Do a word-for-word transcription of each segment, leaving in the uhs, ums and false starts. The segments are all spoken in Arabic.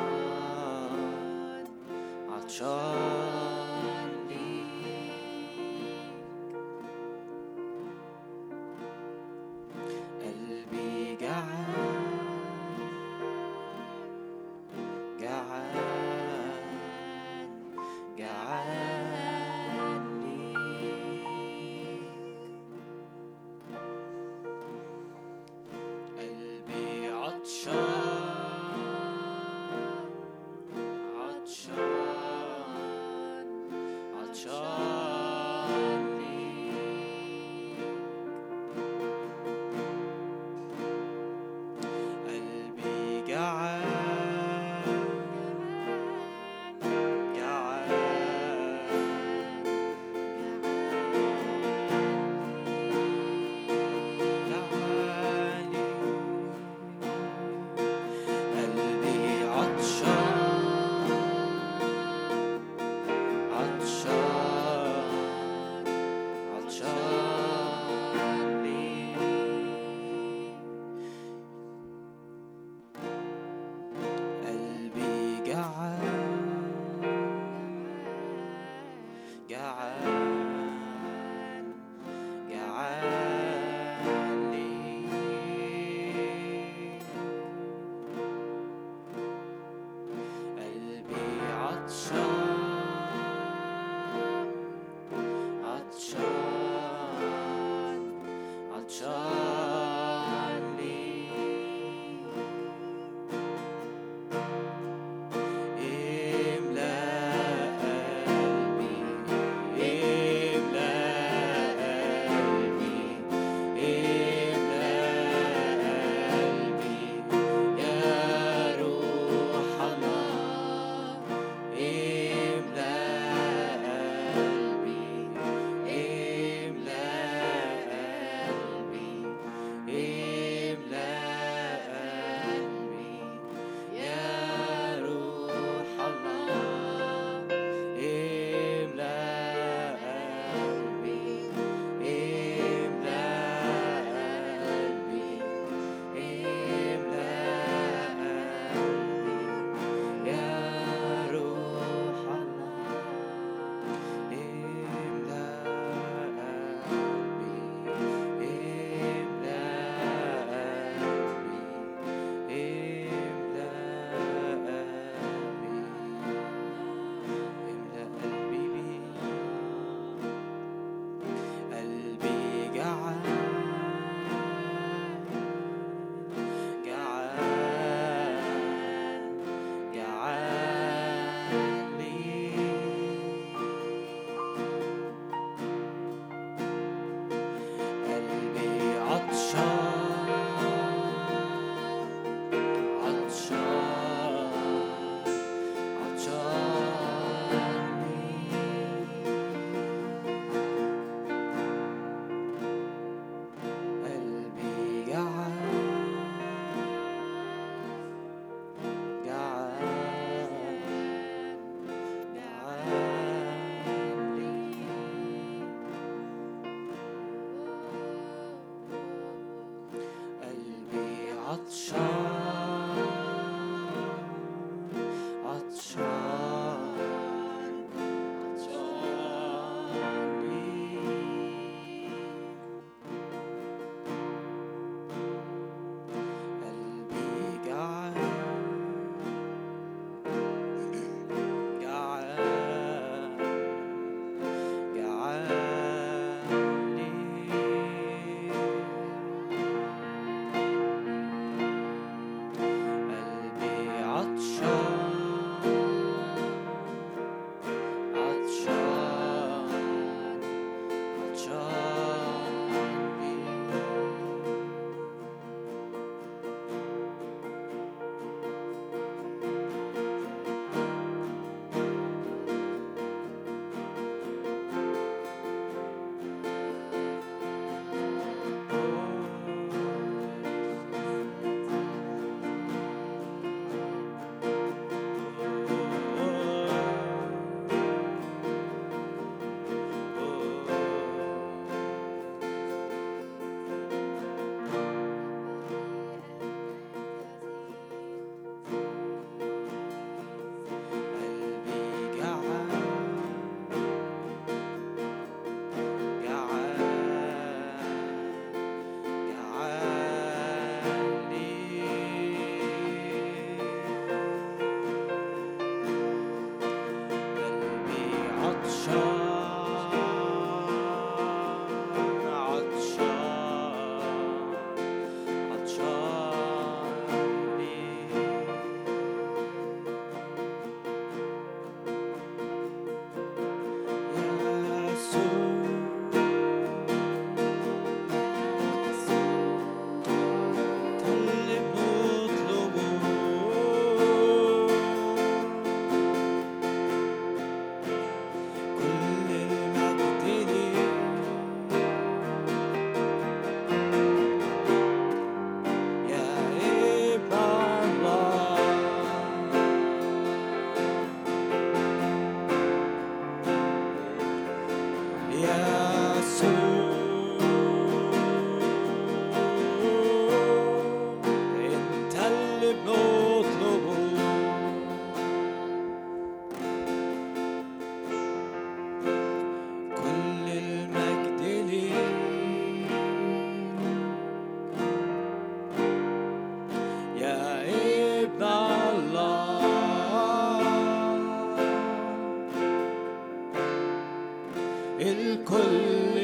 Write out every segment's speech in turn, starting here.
عطشان ليك. قلبي جعان جعان جعان ليك. قلبي عطشان عطشان الكل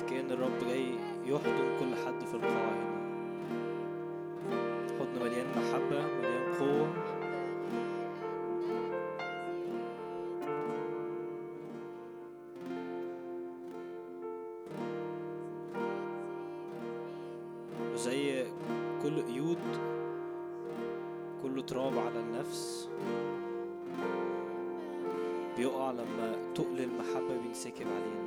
كأن الرب جاي يحضن كل حد في القاعة هنا. حضن مليان محبة، مليان قوة. وزي كل قيود، كل تراب على النفس بيقع لما تقل المحبة بينسكب علينا.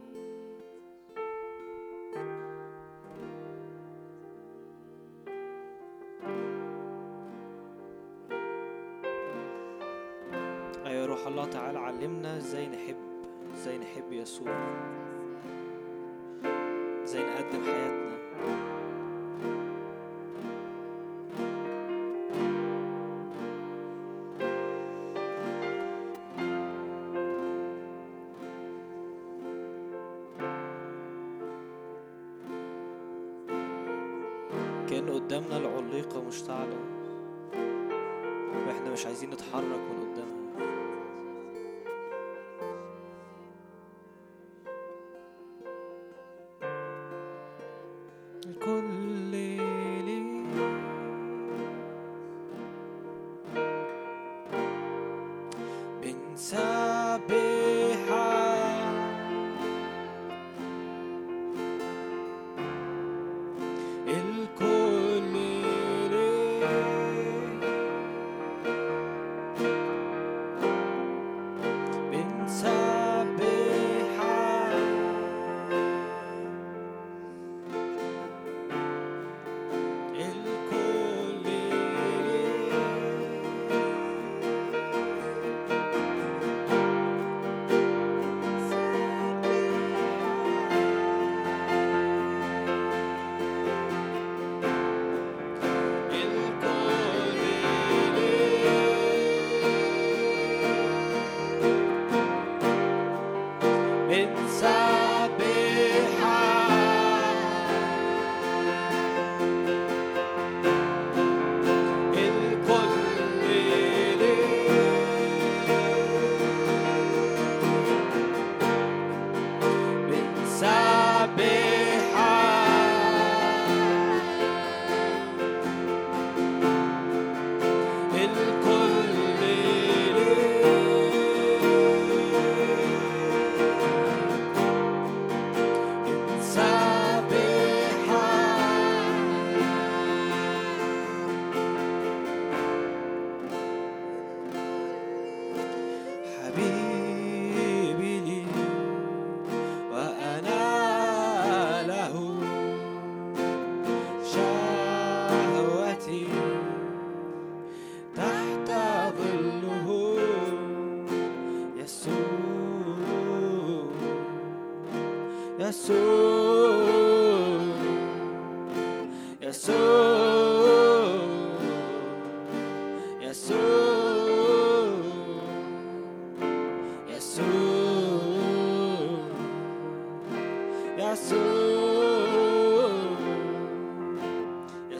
أيها روح الله تعالى علمنا ازاي نحب، ازاي نحب يسوع، ازاي نقدم حياتنا. كأن قدامنا العليقة مشتعلة واحنا مش عايزين نتحرك من قدامها. الكل لي بنسبحها، الكل لي بنسبحها، الكل حبيبي لي وأنا له، شهوتي تحت ظله، يسوع يسوع يسوع يسوع يسوع يسوع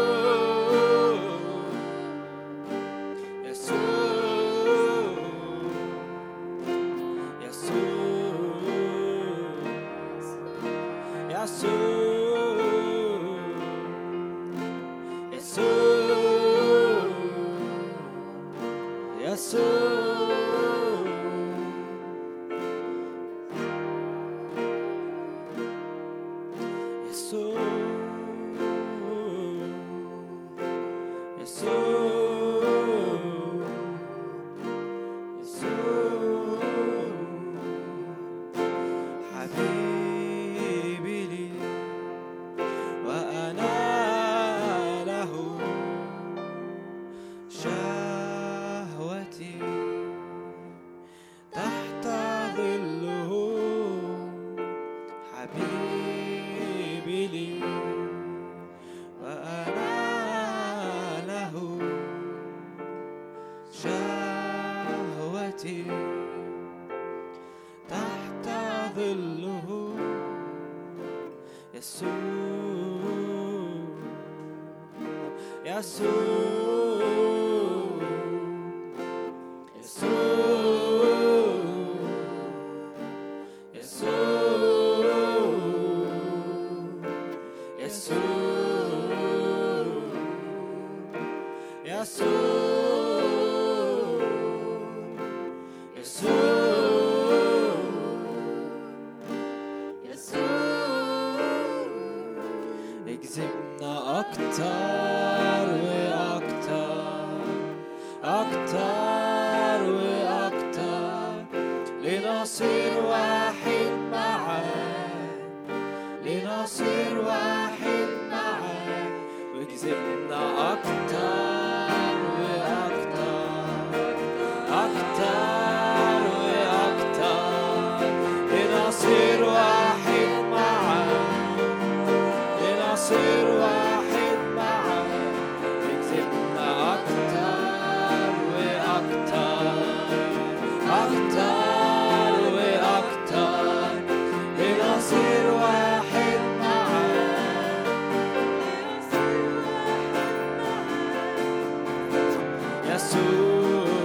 حبيبي لي وأنا له، شهوتي تحت ظله، حبيبي لي وأنا له، شهوتي تحت ظله، يسوع يسوع يسوع يسوع اجذبنا أكتر وأكتر، أكتر وأكتر، لنصير واحد معاك، لنصير واحد معاك. واجذبنا أكتر وأكتر، أكتر وأكتر، لنصير واحد معاك، لنصير واحد معاك. اجذبنا أكتر وأكتر، أكتر وأكتر، لنصير واحد معاك. يسوع،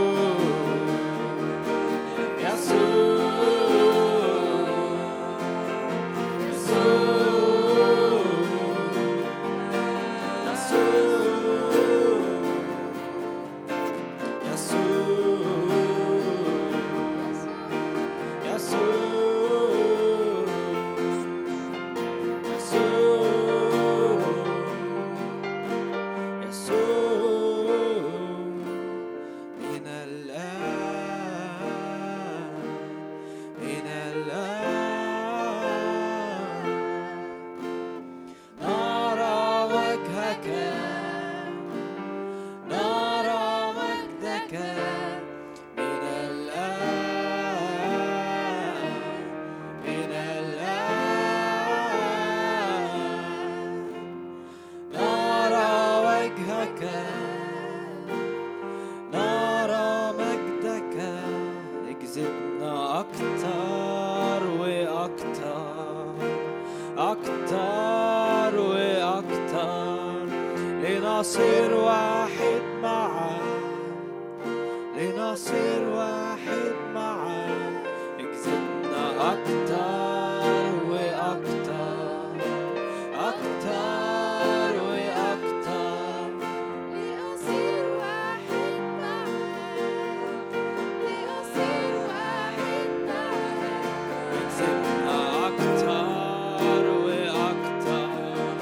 لنصير واحد معاك، لنصير واحد معاك. اجذبنا أكتر وأكتر، أكتر وأكتر، لأصير واحد معاك، لأصير واحد معاك. اجذبنا أكتر وأكتر،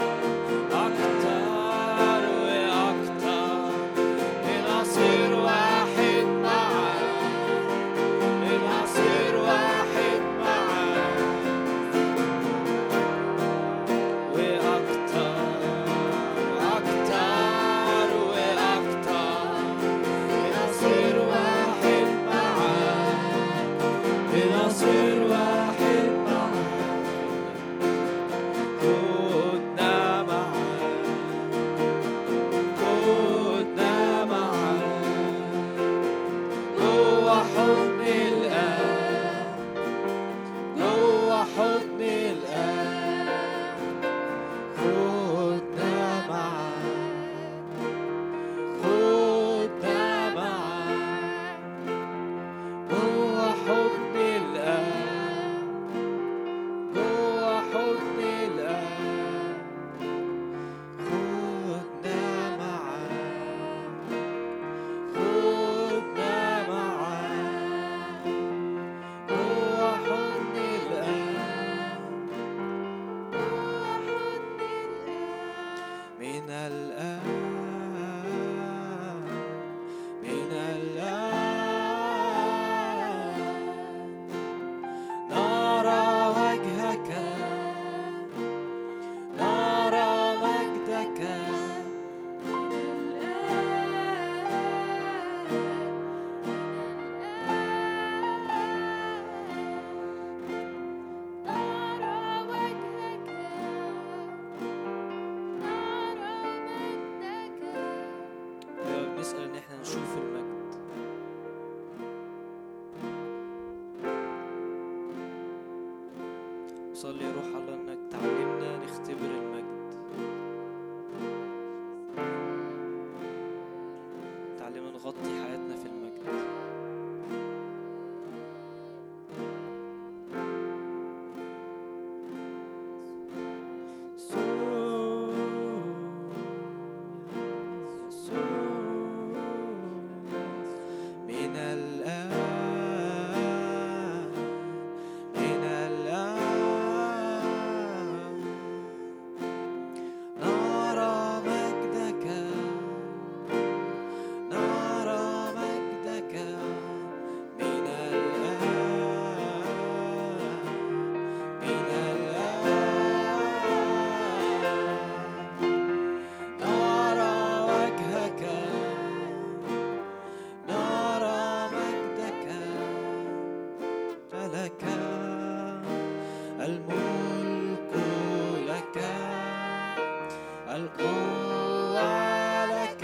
أكتر وأكتر، لنصير واحد معاك، لنصير واحد معاك. وأكتر، أكتر وأكتر، لنصير واحد معاك، لنصير واحد معاك. خدنا معاك، خدنا معاك، جوا حضن الآب، جوا حضن الآب. خدنا معاك، خدنا معاك، جوا حضن الآب، جوا حضن الآب. خدنا معاك، خدنا معاك، جوا حضن الآب، جوا حضن الآب. من الآن، من الآن نرى وجهك، نرى مجدك. نرى وجهك، نرى مجدك. يا بنسأل إن إحنا نشوف المجد. صلي يا روح الله إنك تعلمنا نختبر المجد، تعلمنا نغطي حياتنا في المجد. من الآن فلك الملك لك القوة لك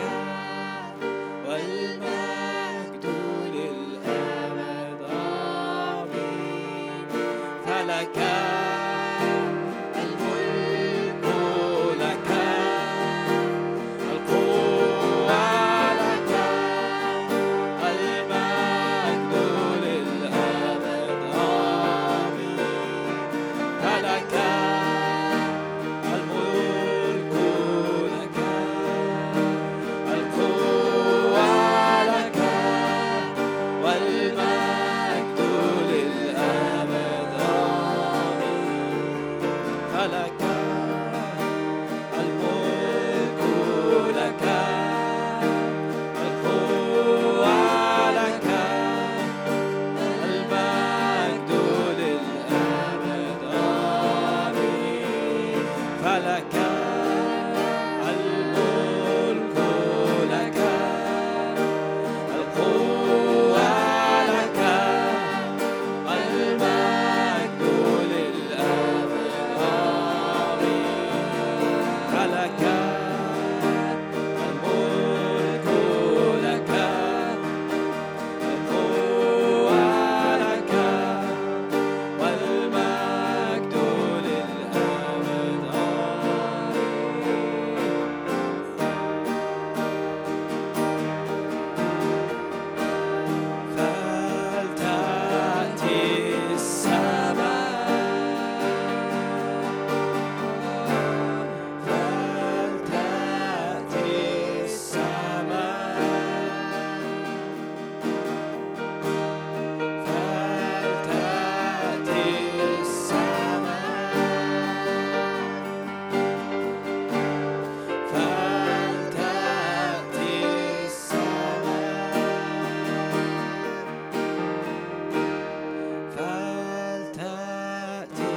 والمجد للأبد آمين فلك الملك لك القوة لك المجد للأبد آمين فلك الملك لك القوة لك والمجد للأبد آمين فلك الملك لك القوة لك المجد للأبد آمين فلك الملك لك القوة لك المجد للأبد آمين فلك الملك لك القوة لك والمجد للأبد آمين فلتأتي السماء فلتأتي السماء فلتأتي السماء فلتأتي السماء فلتأتي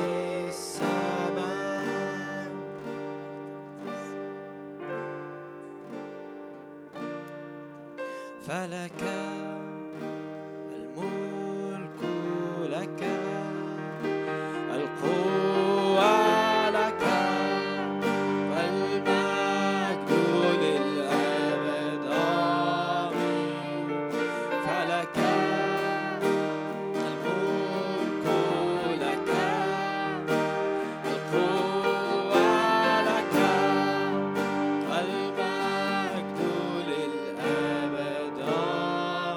السماء فلك الملك لك القوة لك والمجد للأبد آمين فلك الملك لك القوة لك المجد للأبد آمين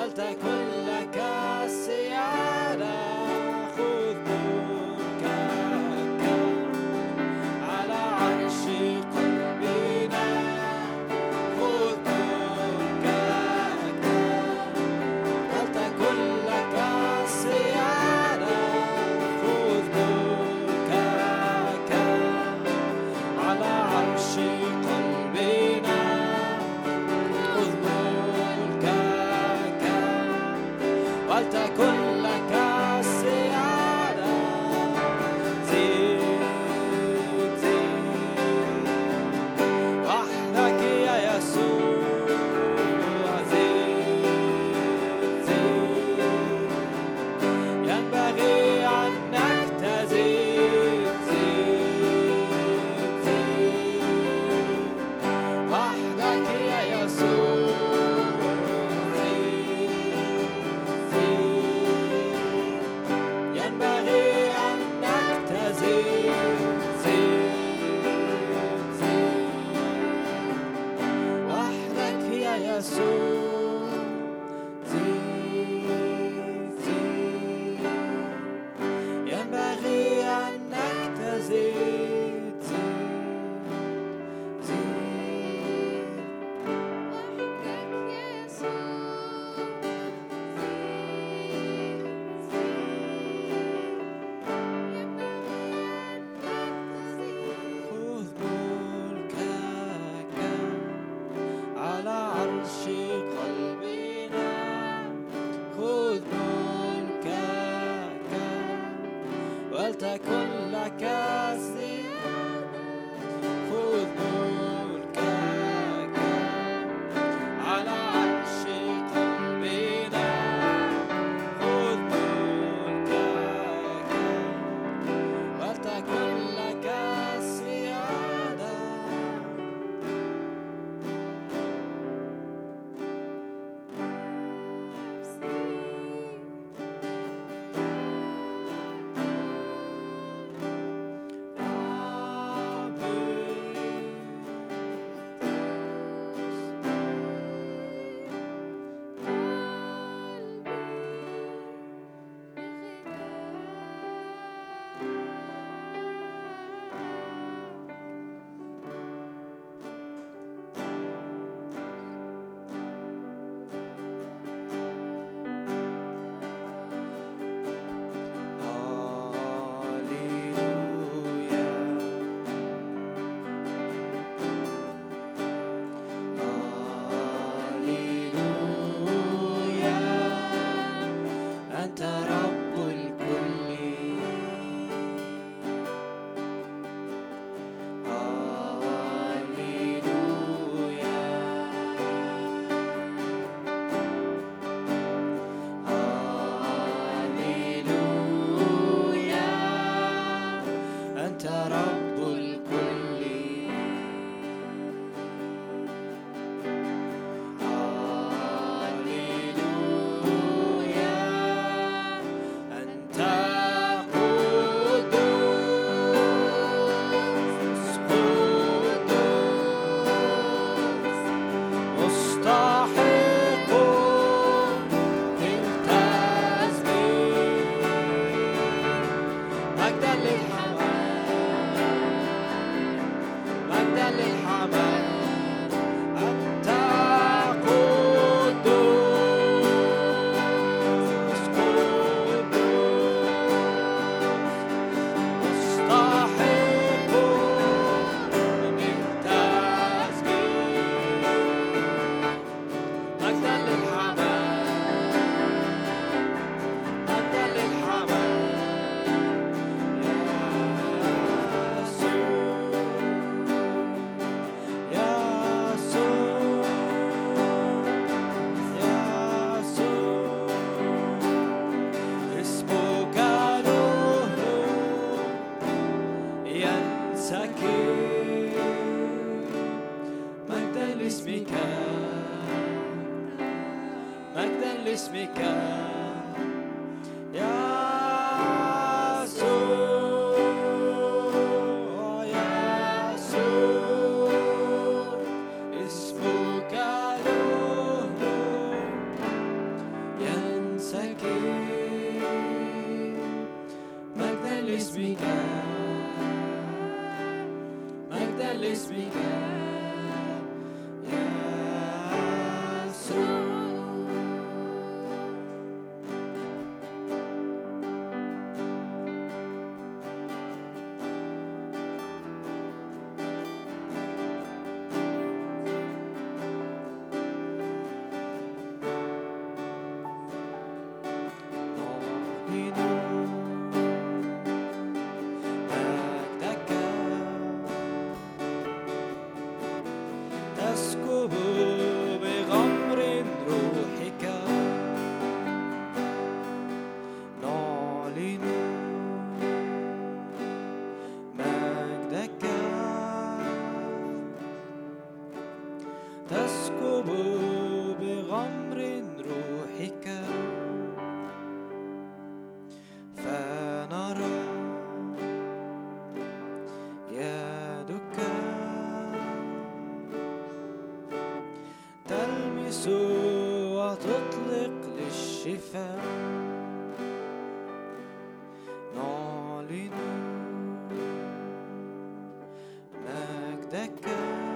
ولتكن لك السيادة خذ ملكك على عرش قلبنا خذ ملكك ولتكن لك السيادة خذ ملكك على عرش قلبنا خذ ملكك ولتكن لك السيادة زيد زيد وحدك يا يسوع زيد زيد ينبغي أنك تزيد زيد زيد وحدك يا يسوع زيد زيد ينبغي أنك تزيد زيد زيد وحدك يا يسوع زيد زيد ينبغي أنك تزيد زيد زيد وحدك يا يسوع زيد باسمك يا يسوع يا يسوع اسمك نور لاسمك مجدا لاسمك يسوع. تسكب بغمر روحك نعلن مجدك تسكب بغمر روحك فنرى يدك تلمس وتطلق للشفاء نعلن مجدك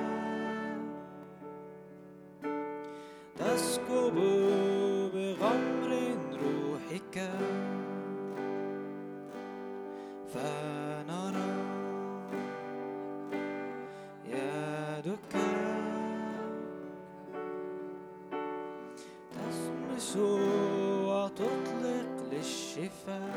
تسكب بغمر روحك فنرى يدك تلمس وتطلق للشفاء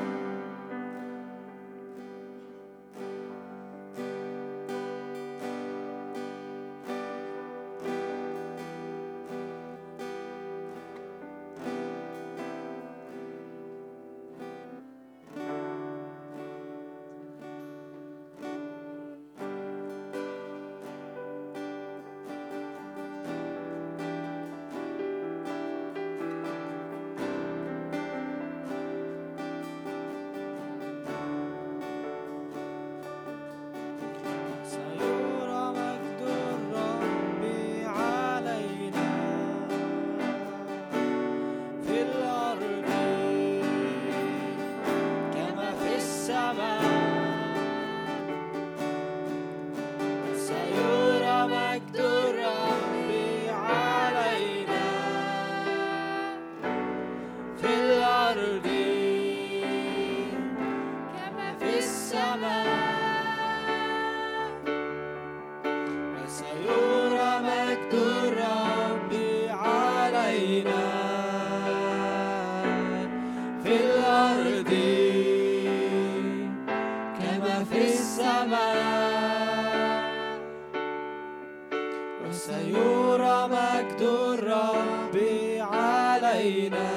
وسيرى مجد الرب علينا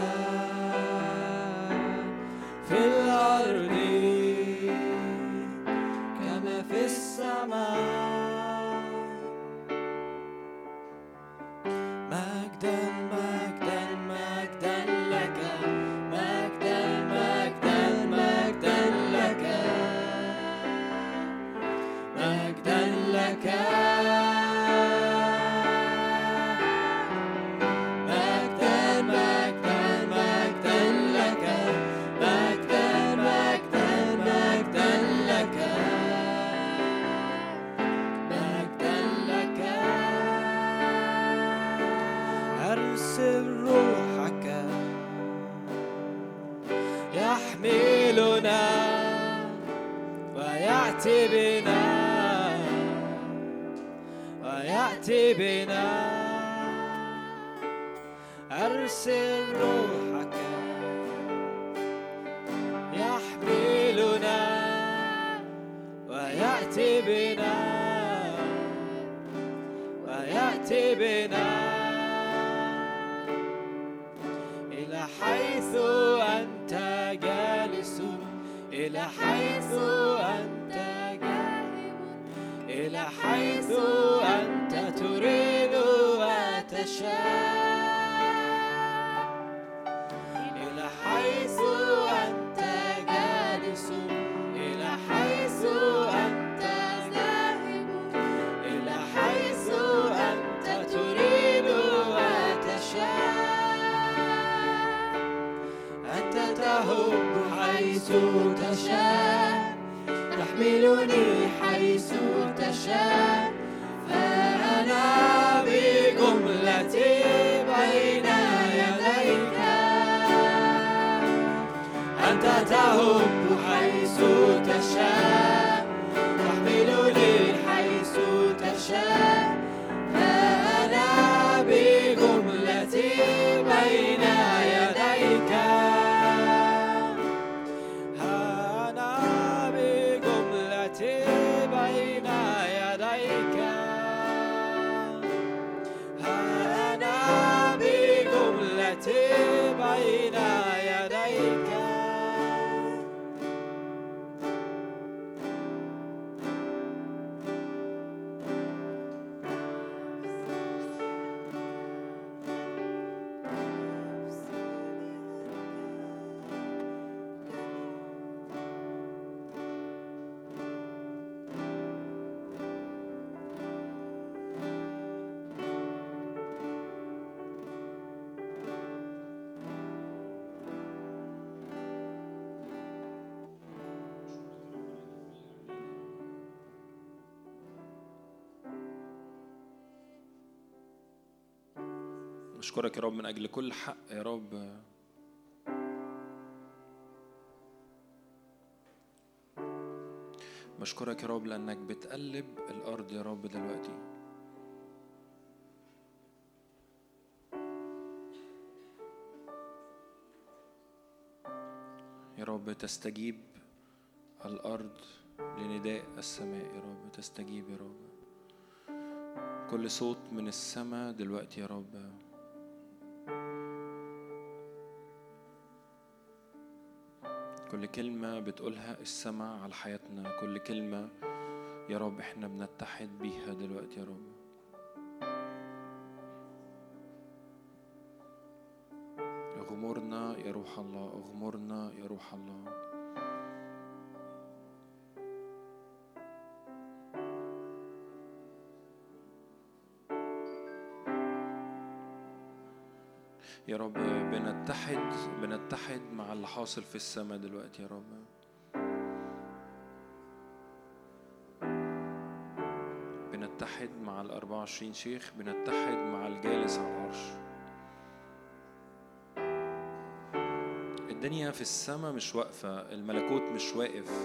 في الأرض كما في السماء. مجدا مجدا مجدا لك، مجدا مجدا مجدا لك، مجدا لك، يحملنا ويأتي بنا ويأتي بنا. أرسل روحك يحملنا ويأتي بنا ويأتي بنا إلى حيث أنت جالس، إلى حيث أنت جاهب، إلى حيث أنت تريد وتشاء، إلى حيث أنت جالس، إلى حيث أنت ذاهب، إلى حيث أنت تريد وتشاء. أنت تهب حيث تشاء، تحملني حيث تشاء فأنا بجملتي بين يديك أنت تهب حيث تشاء تحملني حيث تشاء فأنا بجملتي بين يديك أنا بجملتي بين يديك أنا بجملتي بين يديك أشكرك يا رب من أجل كل حق يا رب بشكرك يا رب لأنك بتقلب الأرض يا رب دلوقتي. يا رب تستجيب الأرض لنداء السماء يا رب، تستجيب يا رب كل صوت من السماء دلوقتي يا رب. كل كلمة بتقولها السماء على حياتنا، كل كلمة يا رب احنا بنتحد بيها دلوقتي يا رب. اغمرنا يا روح الله، اغمرنا يا روح الله. يا رب بنتحد بنتحد مع اللي حاصل في السماء دلوقتي يا رب. بنتحد مع الأربعة وعشرين شيخ، بنتحد مع الجالس على العرش. الدنيا في السماء مش واقفة، الملكوت مش واقف.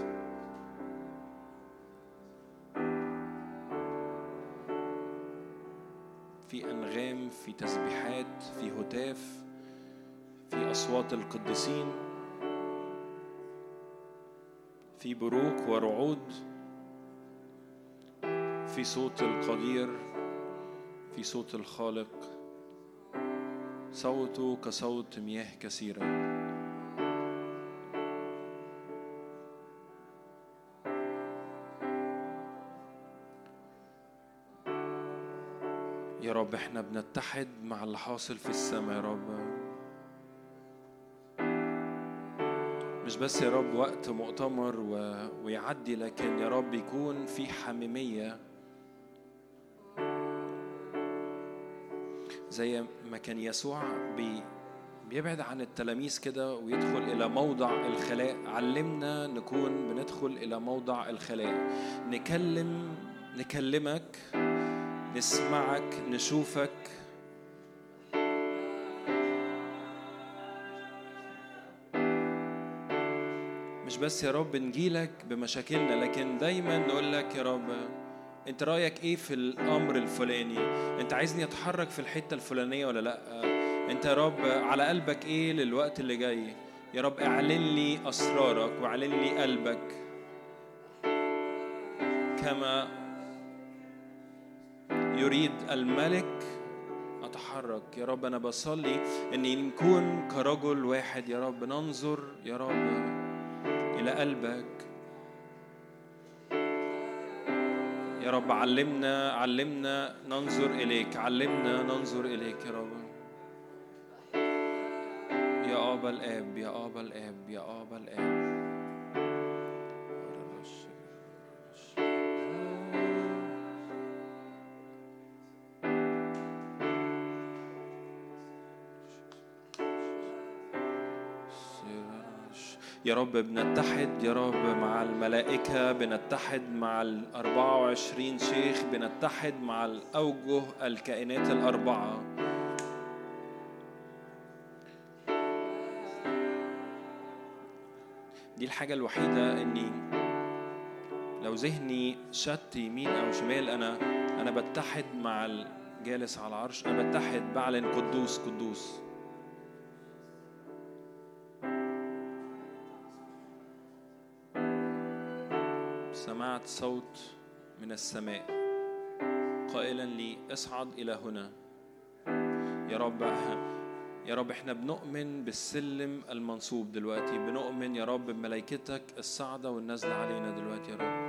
في أنغام، في تسبيحات، في هتاف، في أصوات القديسين، في بروق ورعود، في صوت القدير، في صوت الخالق، صوته كصوت مياه كثيرة. يا رب احنا بنتحد مع اللي حاصل في السماء يا رب. مش بس يا رب وقت مؤتمر و... ويعدي، لكن يا رب يكون في حميمية زي ما كان يسوع بي... بيبعد عن التلاميذ كده ويدخل إلى موضع الخلاء. علمنا نكون بندخل إلى موضع الخلاء، نكلم نكلمك، نسمعك، نشوفك. مش بس يا رب نجيلك بمشاكلنا، لكن دايما نقول لك يا رب انت رأيك ايه في الامر الفلاني؟ انت عايزني اتحرك في الحتة الفلانية ولا لا؟ انت يا رب على قلبك ايه للوقت اللي جاي؟ يا رب اعلن لي اسرارك واعلن لي قلبك كما يريد الملك. أتحرك يا رب. أنا بصلي أن نكون كرجل واحد يا رب، ننظر يا رب إلى قلبك يا رب. علمنا علمنا ننظر إليك، علمنا ننظر إليك يا رب. يا آبا الآب، يا آبا الآب، يا آبا الآب. يا رب بنتحد يا رب مع الملائكة، بنتحد مع الأربعة وعشرين شيخ، بنتحد مع الأوجه الكائنات الأربعة. دي الحاجة الوحيدة إني لو ذهني شت يمين أو شمال أنا أنا بتحد مع الجالس على العرش، أنا بتحد بعلن قدوس قدوس. سمعت صوت من السماء قائلا لي اصعد إلى هنا. يا رب يا رب احنا بنؤمن بالسلم المنصوب دلوقتي، بنؤمن يا رب بملائكتك الصاعدة والنازلة علينا دلوقتي يا رب.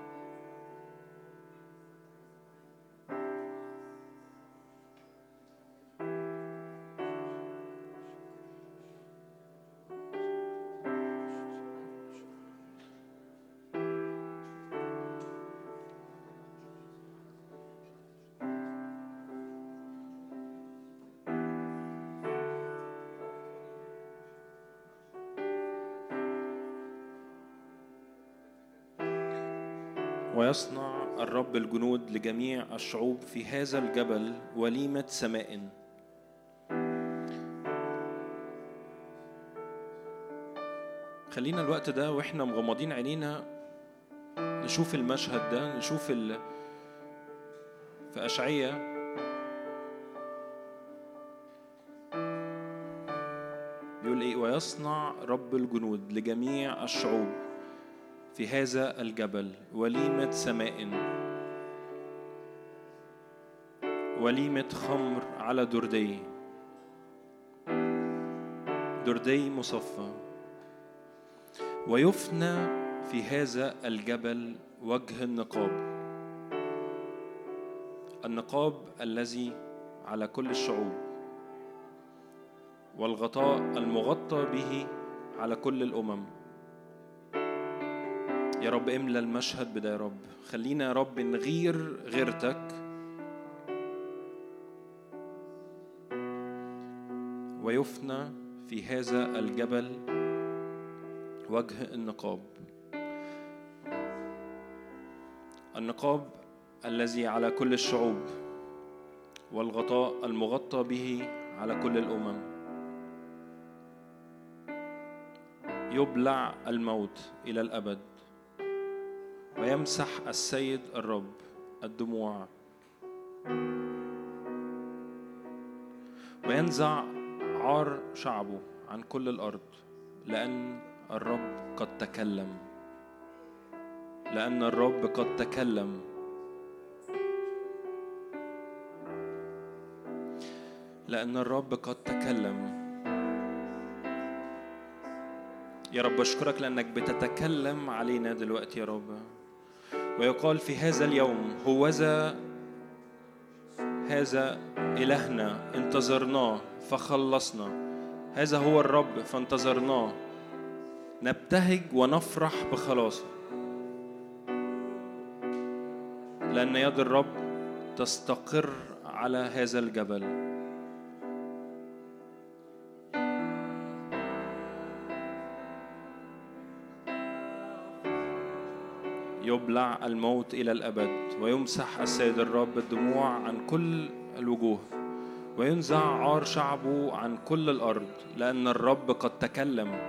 ويصنع الرب الجنود لجميع الشعوب في هذا الجبل وليمة سماء. خلينا الوقت ده واحنا مغمضين عينينا نشوف المشهد ده، نشوف ال... في أشعية بيقول ايه؟ ويصنع رب الجنود لجميع الشعوب في هذا الجبل وليمة سماء، وليمة خمر على دردي، دردي مصفى. ويفنى في هذا الجبل وجه النقاب، النقاب الذي على كل الشعوب، والغطاء المغطى به على كل الأمم. يا رب املى المشهد بدا يا رب، خلينا يا رب نغير غيرتك. ويفنى في هذا الجبل وجه النقاب، النقاب الذي على كل الشعوب، والغطاء المغطى به على كل الأمم. يبلع الموت إلى الأبد، ويمسح السيد الرب الدموع، وينزع عار شعبه عن كل الأرض، لأن الرب قد تكلم، لأن الرب قد تكلم. لأن الرب قد تكلم. يا رب أشكرك لأنك بتتكلم علينا دلوقتي يا رب. ويقال في هذا اليوم هوذا هذا إلهنا انتظرناه فخلصنا، هذا هو الرب فانتظرناه، نبتهج ونفرح بخلاصه، لأن يد الرب تستقر على هذا الجبل. يبلع الموت إلى الأبد، ويمسح السيد الرب الدموع عن كل الوجوه، وينزع عار شعبه عن كل الأرض، لأن الرب قد تكلم.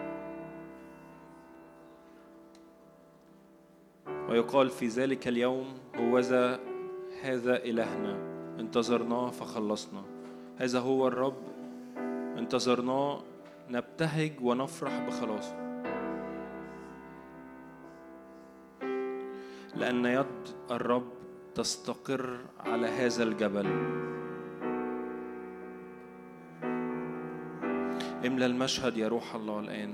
ويقال في ذلك اليوم هوذا هذا إلهنا انتظرناه فخلصنا، هذا هو الرب انتظرناه نبتهج ونفرح بخلاصه، لأن يد الرب تستقر على هذا الجبل. املى المشهد يا روح الله الآن.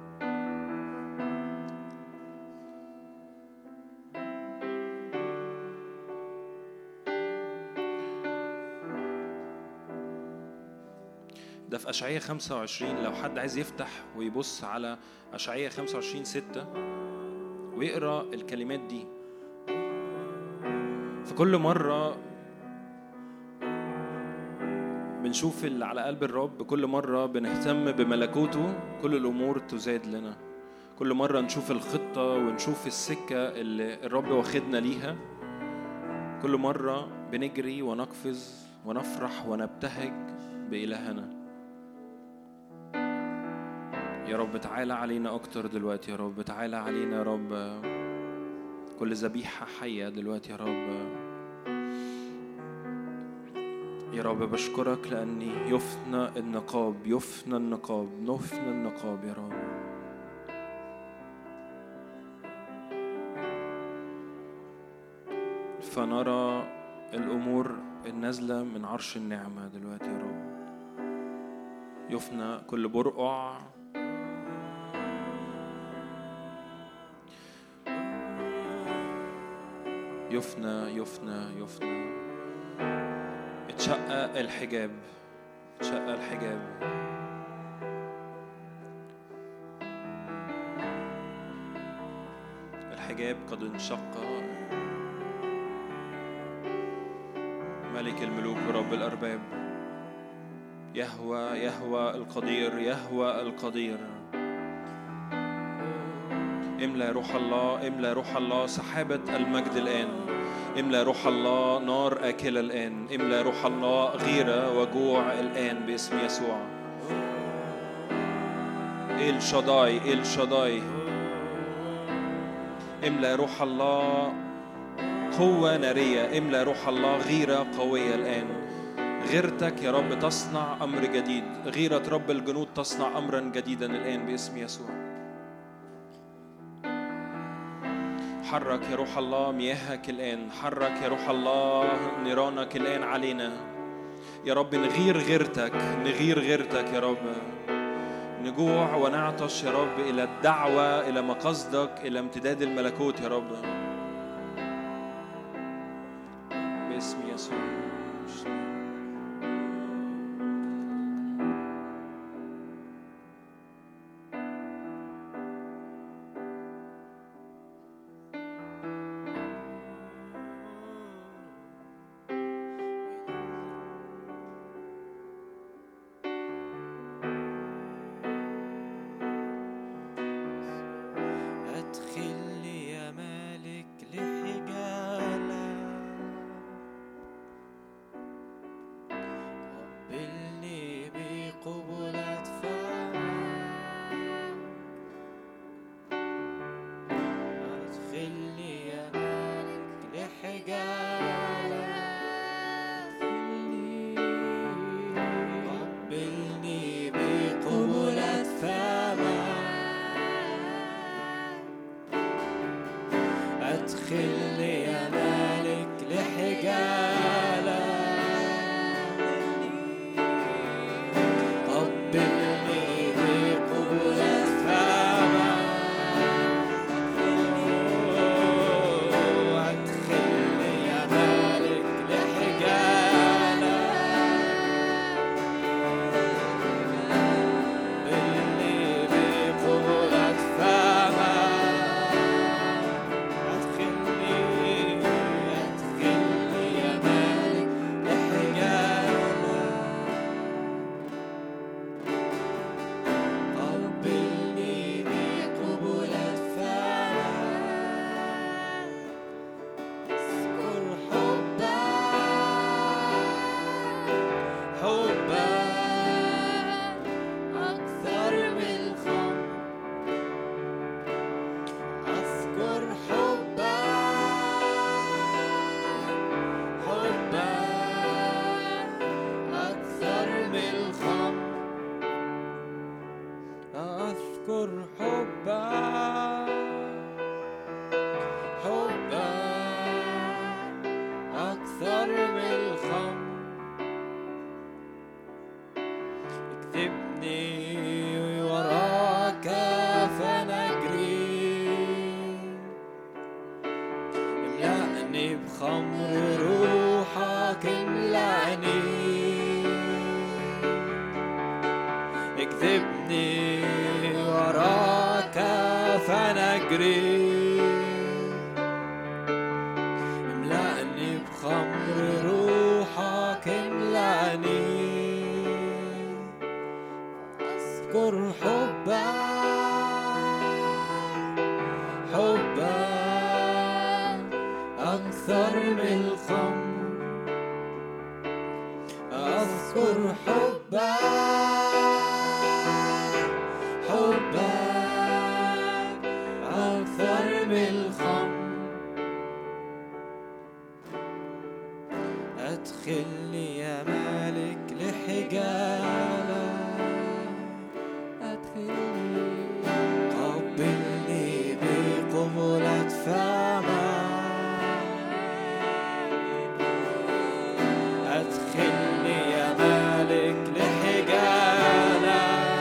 ده في أشعية خمسة وعشرين، لو حد عايز يفتح ويبص على أشعية خمسة وعشرين ستة ويقرأ الكلمات دي. فكل مرة بنشوف اللي على قلب الرب، كل مرة بنهتم بملكوته، كل الأمور تزاد لنا. كل مرة نشوف الخطة ونشوف السكة اللي الرب واخدنا ليها، كل مرة بنجري ونقفز ونفرح ونبتهج بإلهنا. يا رب تعالى علينا أكتر دلوقتي، يا رب تعالى علينا يا رب، كل ذبيحة حية دلوقتي يا رب. يا رب بشكرك لأني يفنى النقاب، يفنى النقاب، نفنى النقاب يا رب. فنرى الأمور النازلة من عرش النعمة دلوقتي يا رب. يفنى كل برقع، يفنى يفنى يفنى. اتشقق الحجاب، اتشقق الحجاب. الحجاب قد انشق. ملك الملوك ورب الأرباب، يهوى يهوى القدير، يهوى القدير. املأ روح الله، املأ روح الله سحابة المجد الآن، املأ روح الله نار آكلة الآن، املأ روح الله غيرة وجوع الآن باسم يسوع. إل شداي، إل شداي. املأ روح الله قوة نارية، املأ روح الله غيرة قوية الآن. غيرتك يا رب تصنع أمر جديد، غيرة رب الجنود تصنع أمرا جديدا الآن باسم يسوع. حرك يا روح الله مياهك الآن، حرك يا روح الله نيرانك الآن علينا يا رب. نغير غيرتك، نغير غيرتك يا رب. نجوع ونعطش يا رب إلى الدعوة، إلى مقصدك، إلى امتداد الملكوت يا رب باسم يسوع. أذكر حبك حبك أكثر من الخمر. أدخلني يا مالك لحجالك، أدخلني قبلني بقبلة فمك. أدخلني يا مالك لحجالك،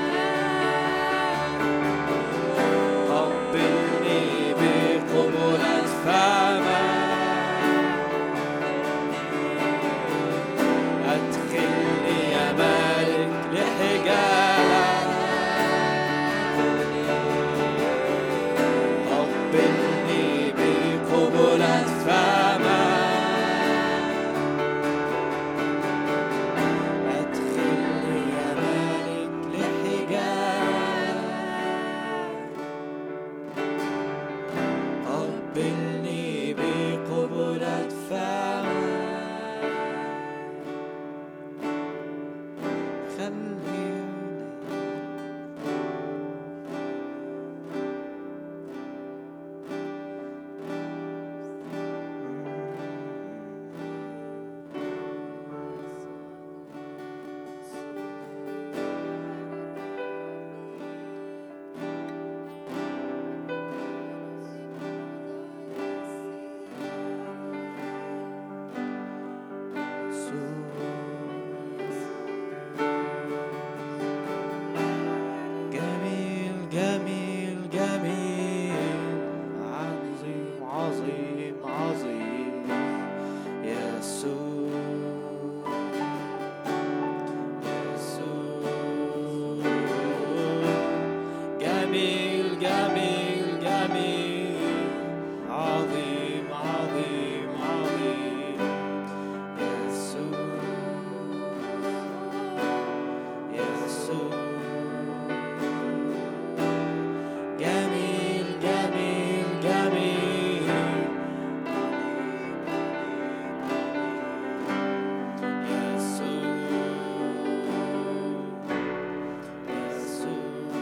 قبلني بقبلة فمك. أدخلني يا مالك لحجالك، قبلني بقبلة فمك. أدخلني يا مالك لحجالك، قبلني بقبلة فمك. خليني جميل جميل جميل، عظيم عظيم عظيم يسوع يسوع. جميل جميل جميل، عظيم عظيم عظيم يسوع يسوع. جميل جميل جميل، يسوع يسوع.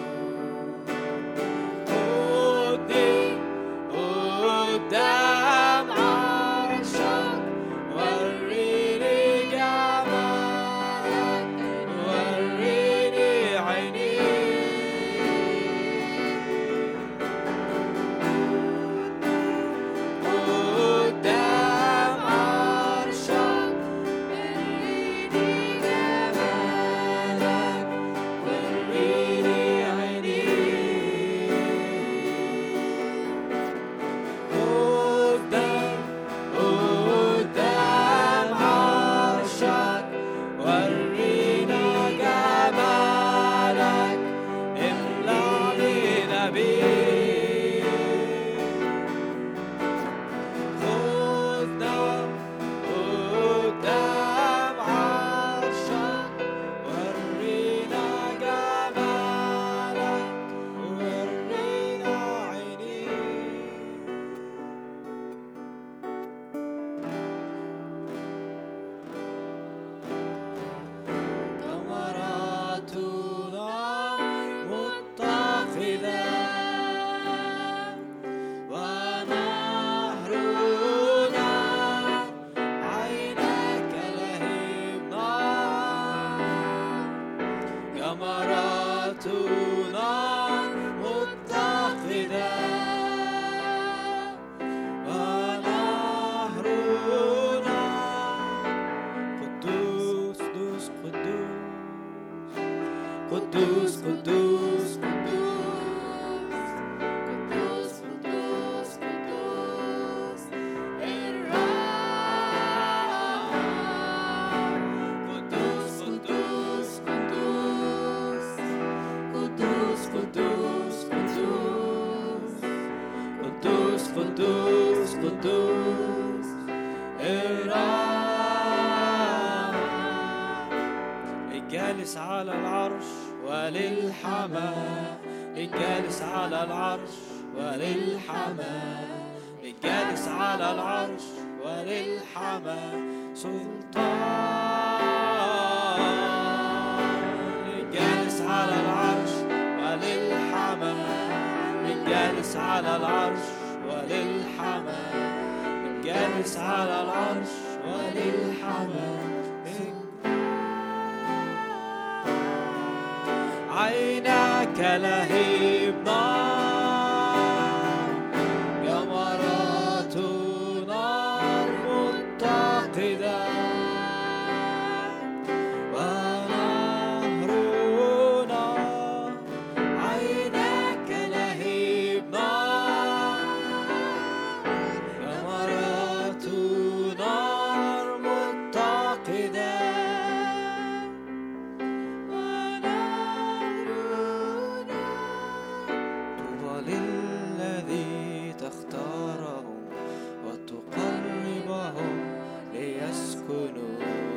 خدني قدام عرشك، وريني جمالك، وريني عينيك. قدام عرشك، وريني جمالك، وريني عينيك. قدام قدام عرشك، ورينا جمالك، املى علينا بيك. خدنا قدام عرشك، ورينا جمالك، ورينا عينيك. ثمراتنا متخذة، ونهرنا عينك لهيب نار. ثمراتنا متخذة، ونهرنا قدوس قدوس قدوس قدوس قدوس قدوس قدوس قدوس قدوس الرب. قدوس قدوس قدوس قدوس قدوس قدوس قدوس قدوس الرب. الجالس على العرش وللحمام، الجالس على العرش وللحمام، الجالس على العرش وللحمام سلطان. الجالس على العرش وللحمام الجالس على العرش وللحمام عيناك لهيب نار جمرات نار متقدة ونهرنا عيناك لهيب نار جمرات نار متقدة طوبى للذي تختارهم وتقربهم ليسكنوا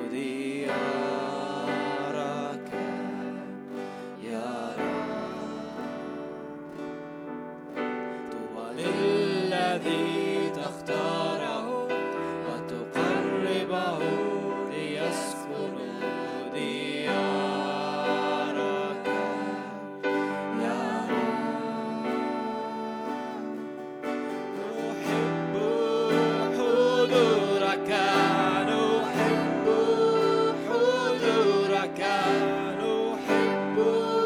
ديارك يا رب طوبى للذي تختارهم وتقربهم ليسكنوا ديارك يا نحب حضورك نحب حضورك نحب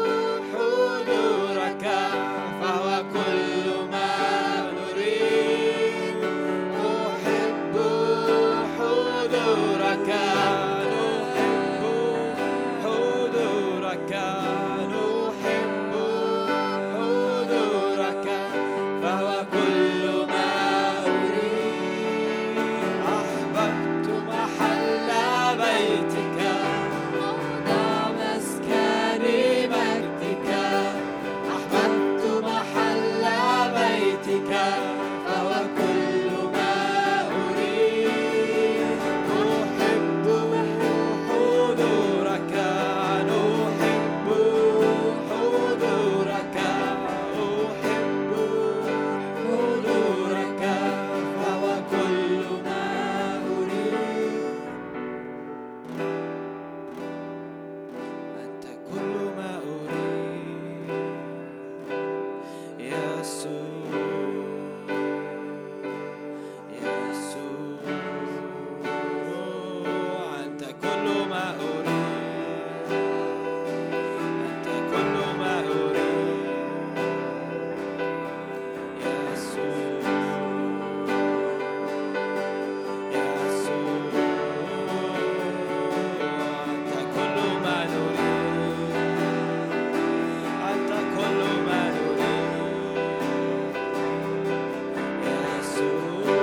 حضورك فهو كل ما نريد نحب حضورك نحب حضورك نحب حضورك فهو كل ما أريد أحببت محل بيتك موضع مسكن مجدك أحببت محل بيتك فهو كل ما أريد أحب حضورك نحب حضورك أحب حضورك فهو كل ما أريد أنت كل ما أريد يسوع يسوع أنت كل ما أريد أنت كل ما أريد يسوع يسوع أنت كل ما نريد أنت كل ما نريد يسوع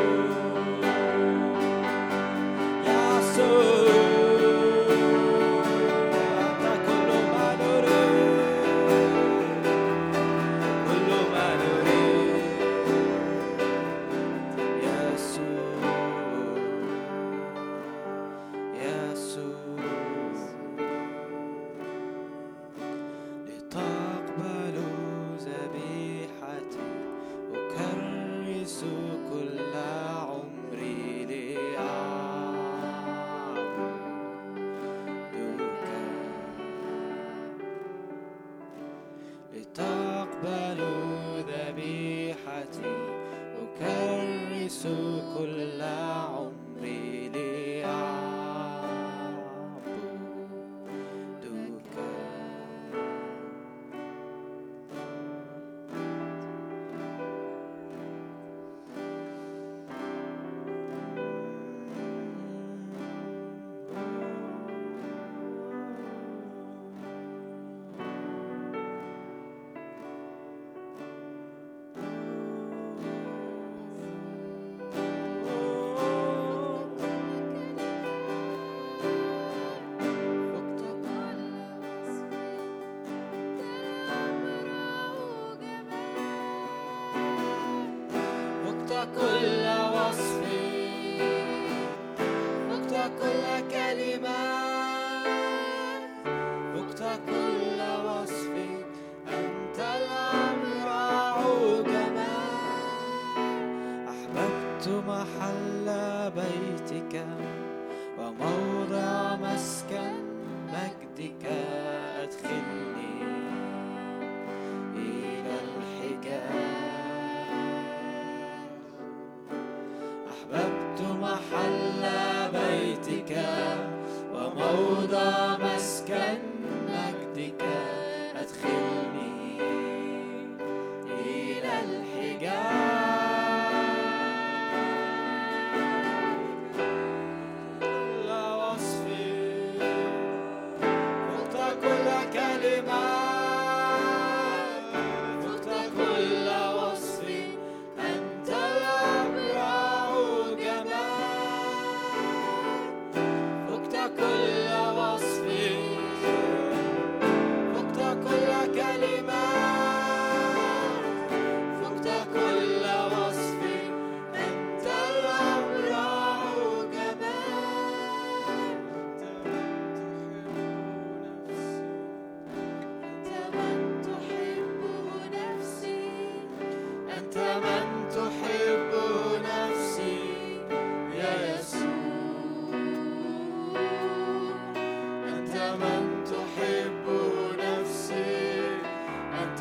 يسوع أنت كل ما نريد كل ما نريد يسوع يسوع لتقبلوا ذبيحتي أكرس كل عمري لأعبدك لتقبلوا ذبيحتي أكرس كل عمري لأعبدك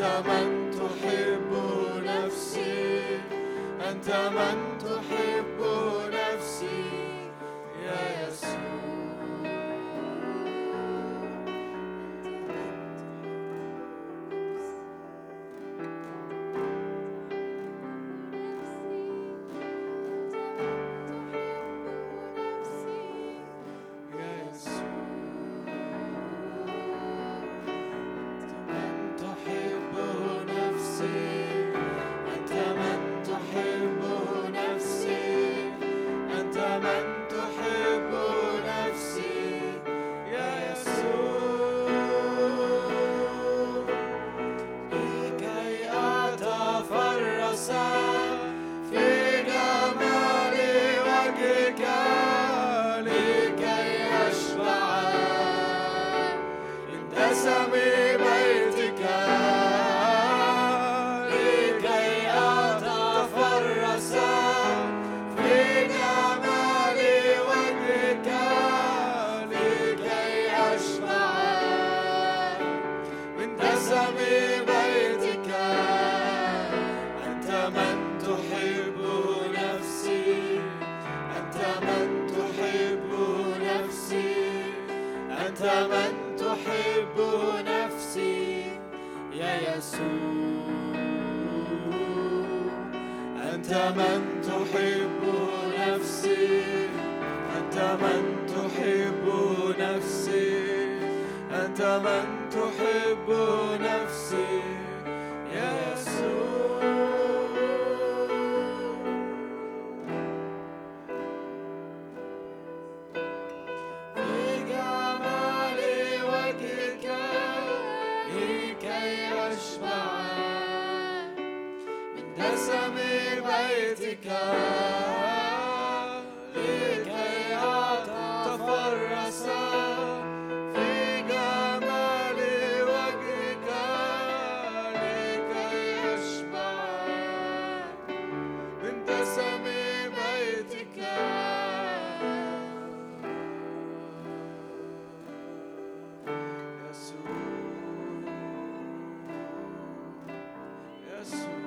من تحب نفسي، أنت من تحب نفسي يا يسوع. أنت من تحب نفسي، أنت من تحب نفسي، أنت من تحب نفسي يا يسوع. في جمال وجهك لكي أشبع من دسم بيتك، لكي أتفرس في جمال وجهك، لكي أشبع من دسم بيتك. يسوع يسوع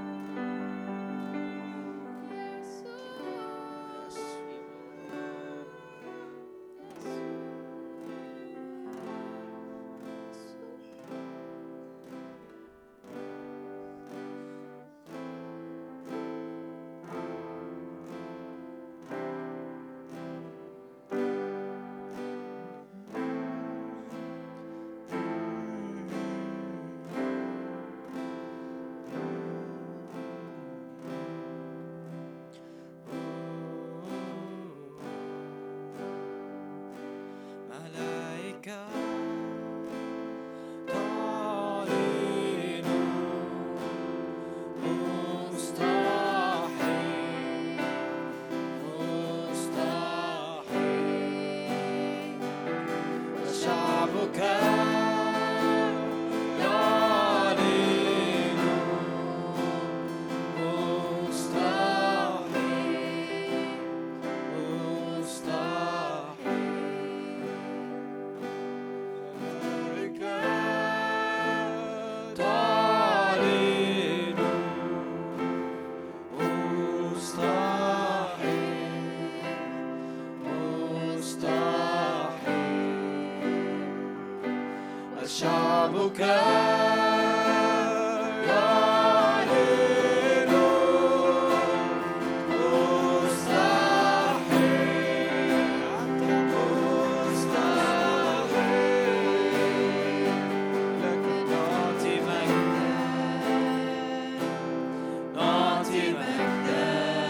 ملائكة تعلن مستحيل مستحيل، وشعبك يعلن مستحيل مستحيل. تعلن مستحيل مستحيل، وشعبك يعلن مستحيل مستحيل. لك نعطي مجدا، نعطي مجدا،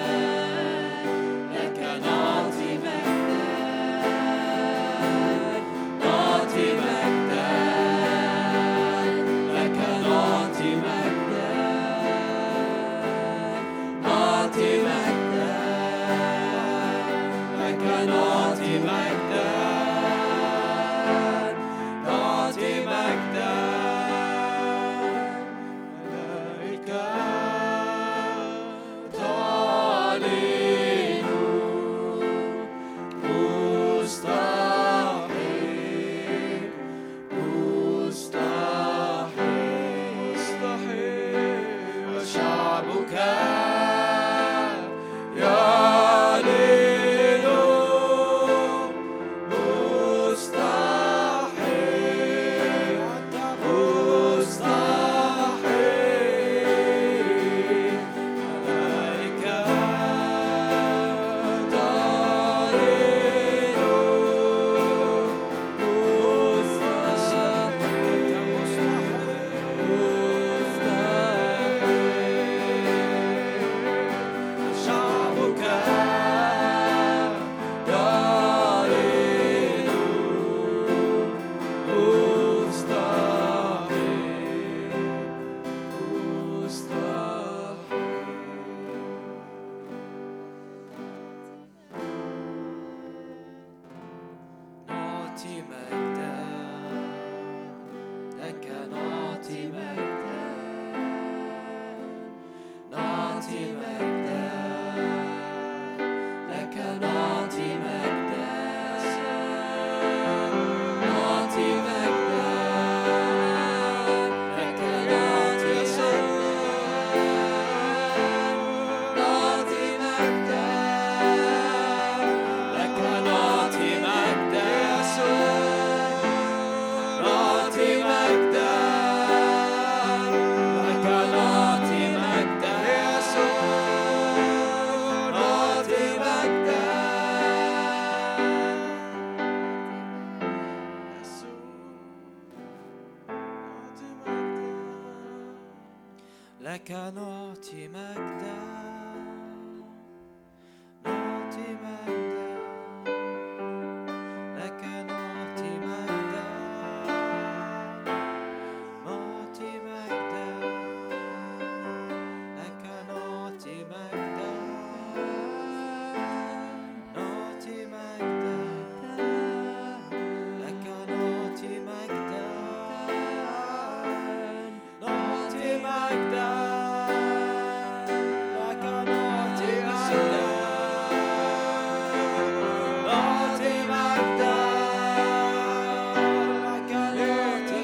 لك نعطي مجدا، نعطي مجدا، وشعبك يعلن مستحيل مستحيل ملائكة تعلن شعبك يعلن مستحيل نعطي مجدا لك، نعطي مجدا، نعطي مجدا لك، نعطي مجدا، نعطي مجدا لك، نعطي مجدا، نعطي مجدا لك، نعطي مجدا نعطي مجدا لك، نعطي مجدا نعطي مجدا لك، نعطي مجدا نعطي مجدا لك، نعطي مجدا نعطي مجدا لك، نعطي مجدا نعطي مجدا لك، نعطي مجدا نعطي مجدا لك، نعطي مجدا نعطي مجدا لك، نعطي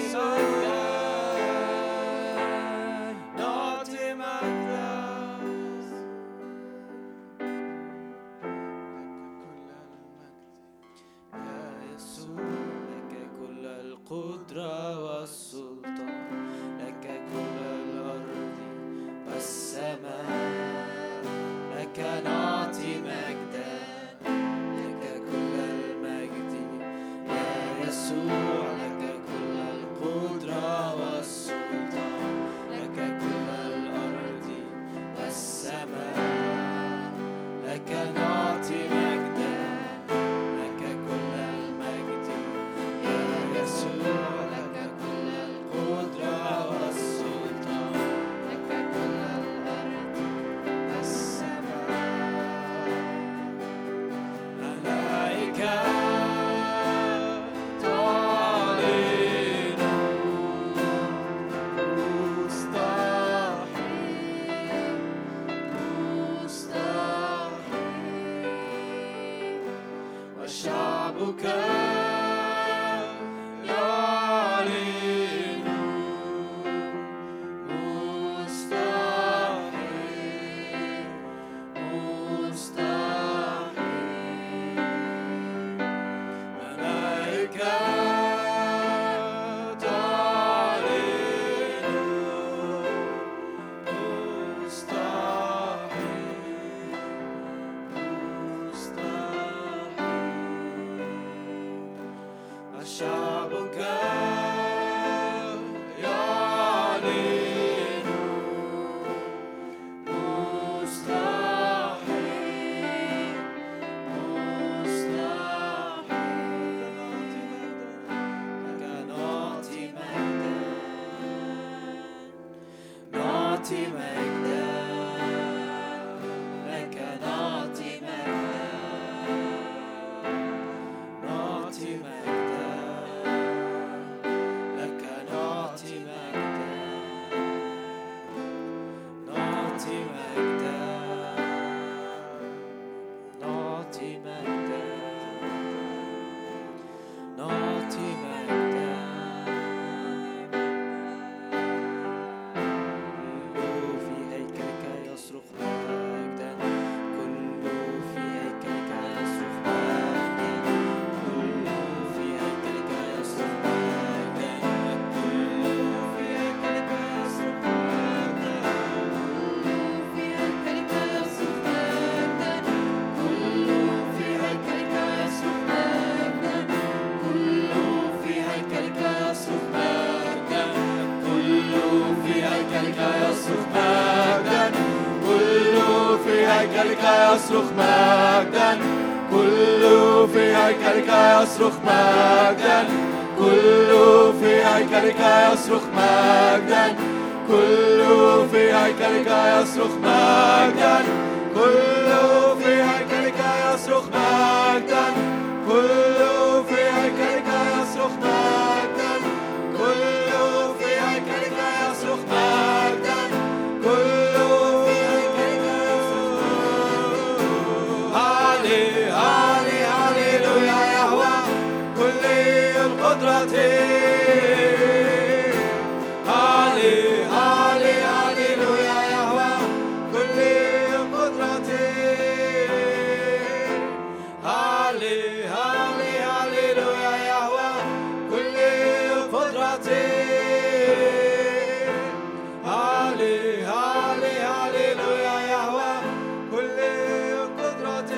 مجدا نعطي مجدا يا يسوع، لك كل القدرة والسلطان، لك كل الأرض والسماء، لك نعطي مجدا، لك كل المجد يا يسوع، لك كل القدرة والسلطان، لك كل الأرض والسماء، لك نعطي مجدا، لك كل المجد يا يسوع، لك كل القدرة والسلطان، لك كل الأرض والسماء. ملائكة تعلن مستحيل مستحيل وشعبك يعلن مستحيل مستحيل ملائكة تعلن مستحيل مستحيل وشعبك يعلن مستحيل مستحيل لك، نعطي مجدا نعطي مجدا لك، نعطي مجدا نعطي مجدا لك، نعطي مجدا نعطي مجدا نعطي مجدا نعطي مجدا هيكلك يصرخ مجدا، كل في هيكلك يصرخ مجدا، كل في هيكلك يصرخ مجدا، كل في هيكلك يصرخ مجدا، كل في هيكلك يصرخ مجدا، كل في هيكلك يصرخ مجدا، كل في هيكلك يصرخ مجدا، كل في هيكلك يصرخ مجدا. هالي هالي هاليلويا يهوه كل القدرة. هالي هالي هاليلويا يهوه كل القدرة. هالي هالي هاليلويا يهوه كل القدرة. هالي هالي هاليلويا يهوه كل القدرة.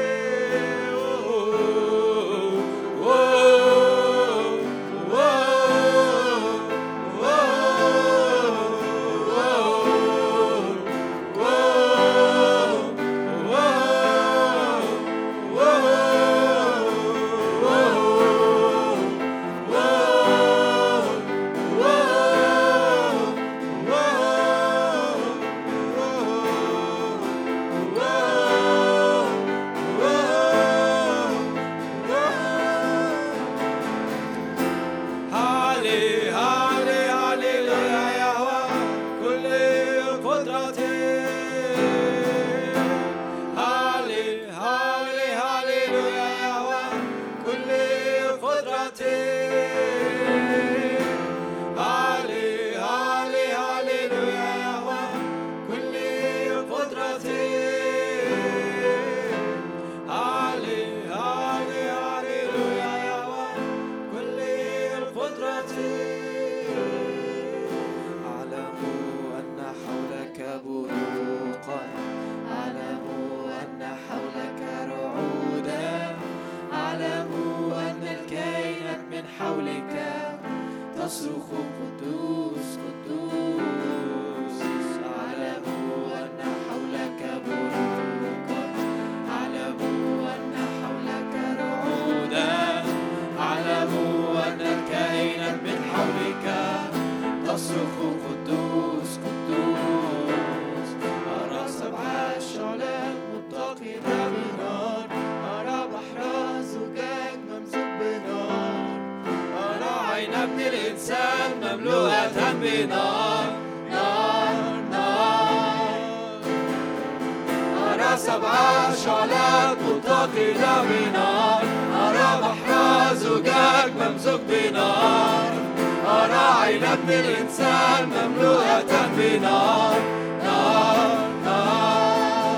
هالي هالي هاليلويا يهوه كل القدرة. هالي هالي هاليلويا يهوه كل القدرة. هالي هالي هاليلويا يهوه كل القدرة. هالي هالي هاليلويا يهوه كل القدرة. أعلم أن حولك بروقا، أعلم أن حولك رعودا، أعلم أن الكائنات من حولك تصرخ قدوس قدوس. أعلم أن حولك بروقا، أعلم أن حولك رعودا، أعلم أن الكائنات من حولك تصرخ قدوس قدوس. أرى سبع شعلات متقدة بنار، أرى بحر زجاج ممزوج بنار، أرى عين ابن الإنسان مملوءة بنار نار نار. أرى سبع شعلات متقدة بنار، أرى بحر زجاج ممزوج بنار، أرى عين ابن الإنسان مملوءة بنار نار نار.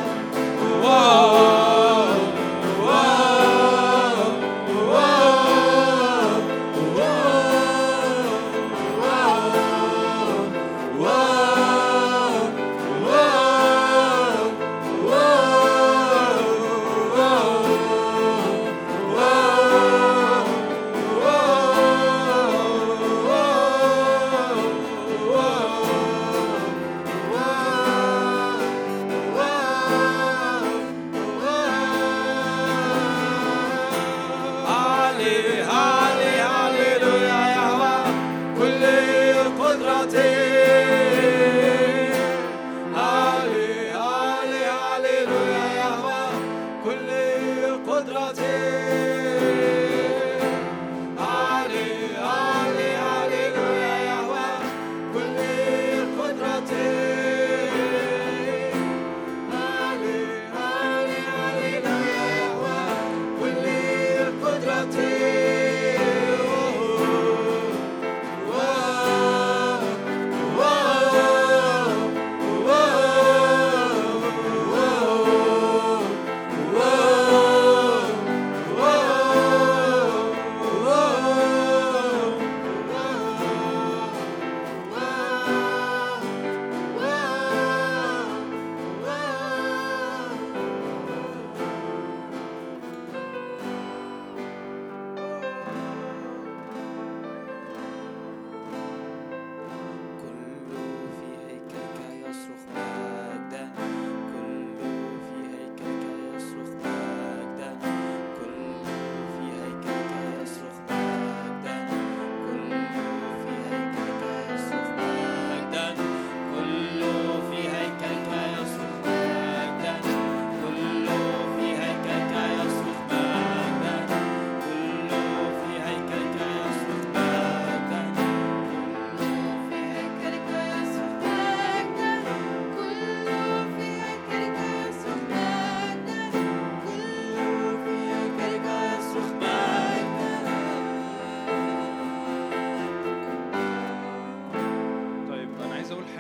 واو واو واو واو واو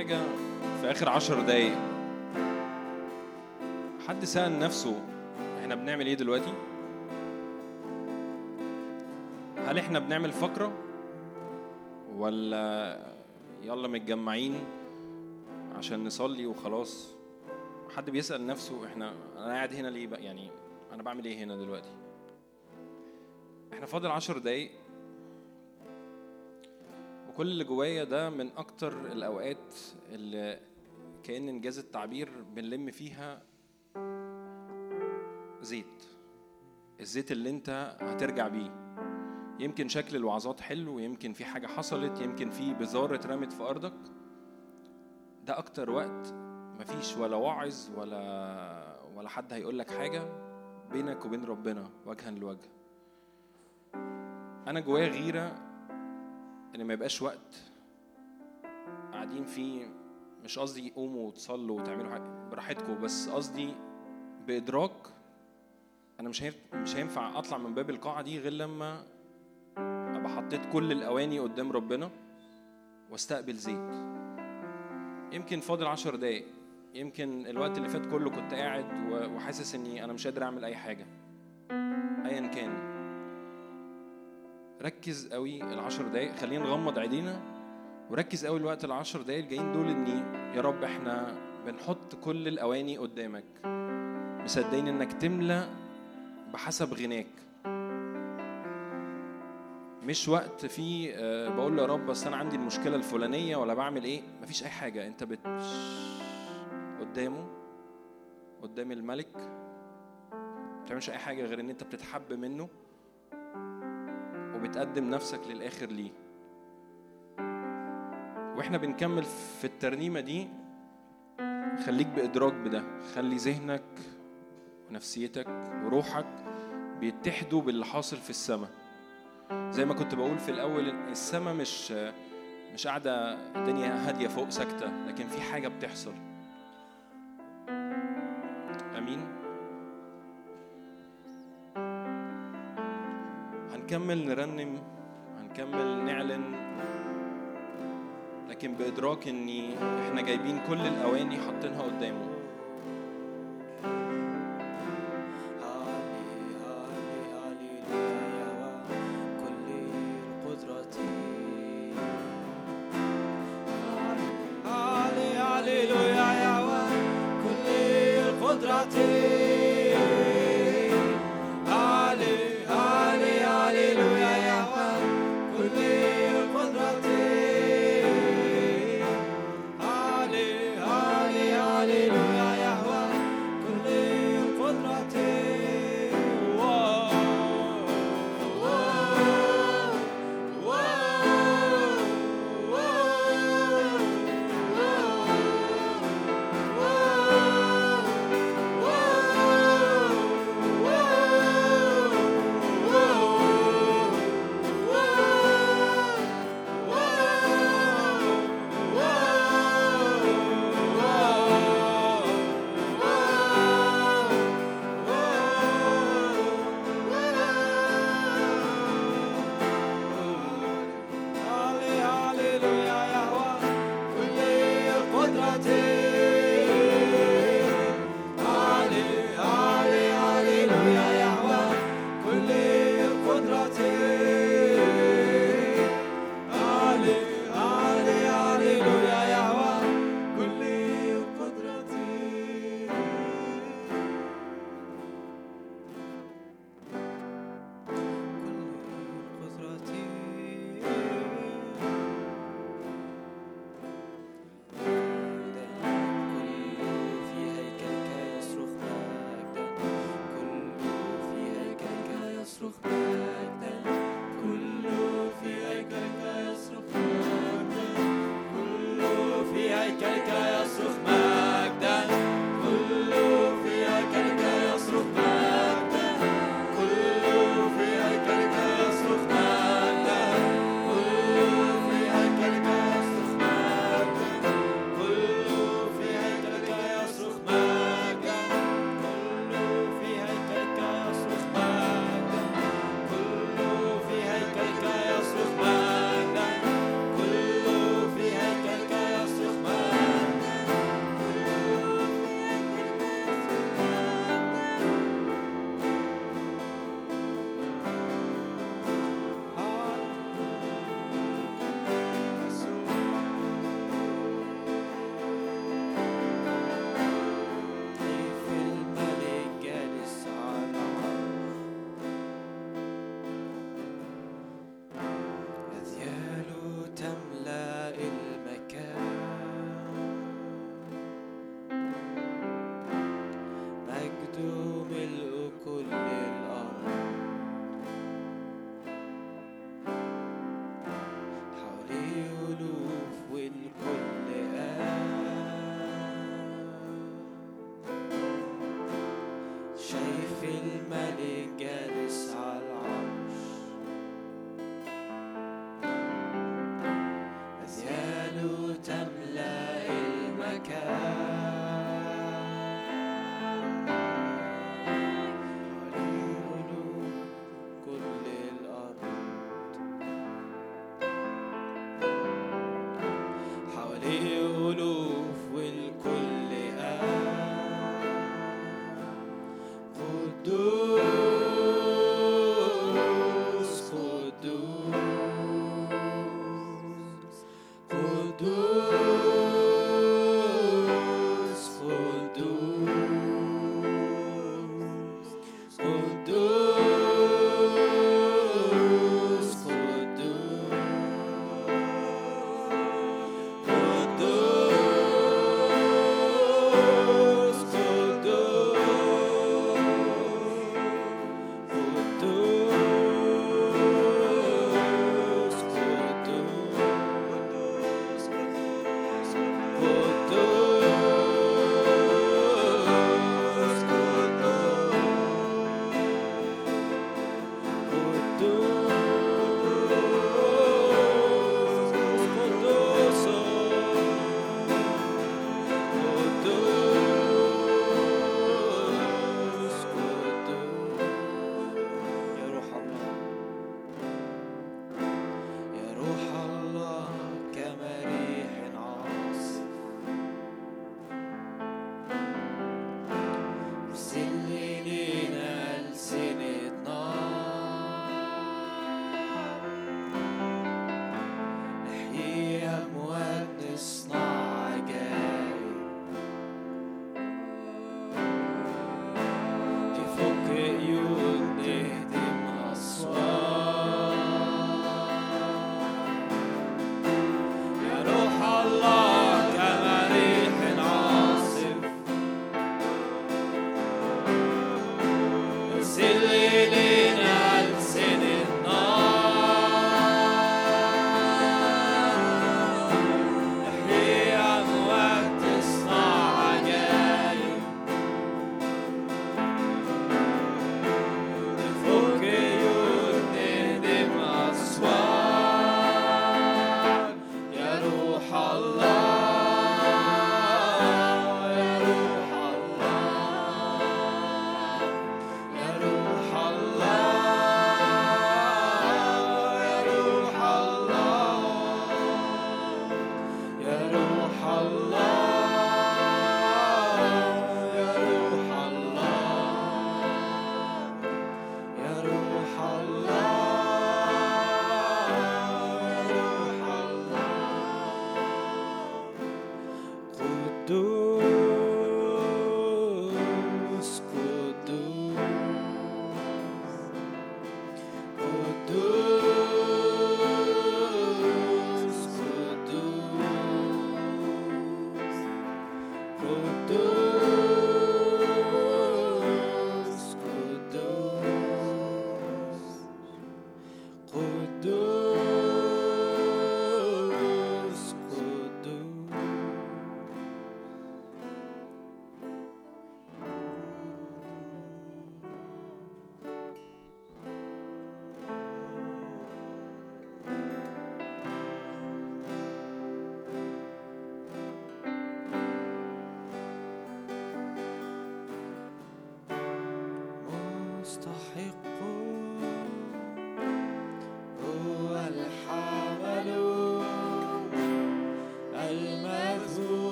حاجة في آخر عشر دقايق. حد سأل نفسه احنا بنعمل ايه دلوقتي؟ هل احنا بنعمل فقرة ولا يلا متجمعين عشان نصلي وخلاص؟ حد بيسأل نفسه احنا انا قاعد هنا ليه بقى؟ يعني انا بعمل ايه هنا دلوقتي؟ احنا فاضل عشر دقايق، وكل اللي جوايا ده من اكتر الاوقات اللي كأن انجاز التعبير بنلم فيها زيت. الزيت اللي انت هترجع بيه. يمكن شكل الوعظات حلو، يمكن في حاجة حصلت، يمكن في بذارة اترمت في أرضك. ده أكتر وقت مفيش ولا واعظ ولا ولا حد هيقول لك حاجة، بينك وبين ربنا وجها لوجه. أنا جوايا غيرة إن ما يبقاش وقت قاعدين فيه، مش قصدي قوموا وتصلوا وتعملوا حاجة براحتكم، بس قصدي بإدراك أنا مش مش هينفع أطلع من باب القاعة دي غير لما أبقى حطيت كل الأواني قدام ربنا واستقبل زيت. يمكن فاضل عشر دقايق، يمكن الوقت اللي فات كله كنت قاعد وحاسس إني أنا مش قادر أعمل أي حاجة. أيا كان، ركز قوي العشر دقايق، خلينا نغمض عينينا وركز قوي الوقت العشر دقايق الجايين دول إني يا رب إحنا بنحط كل الأواني قدامك، مصدقين إنك تملى بحسب غناك. مش وقت فيه بقول له يا رب بس أنا عندي المشكلة الفلانية ولا بعمل إيه. مفيش أي حاجة، أنت بت قدامه، قدام الملك، متعملش أي حاجة غير إن أنت بتتحب منه وبتقدم نفسك للآخر ليه. وإحنا بنكمل في الترنيمة دي، خليك بإدراك بده، خلي ذهنك ونفسيتك وروحك بيتحدوا باللي حاصل في السماء. زي ما كنت بقول في الأول، السماء مش مش قاعدة الدنيا هادية فوق ساكتة، لكن في حاجة بتحصل. أمين. هنكمل نرنم، هنكمل نعلن، لكن بإدراك إني إحنا جايبين كل الأواني حاطينها قدامه.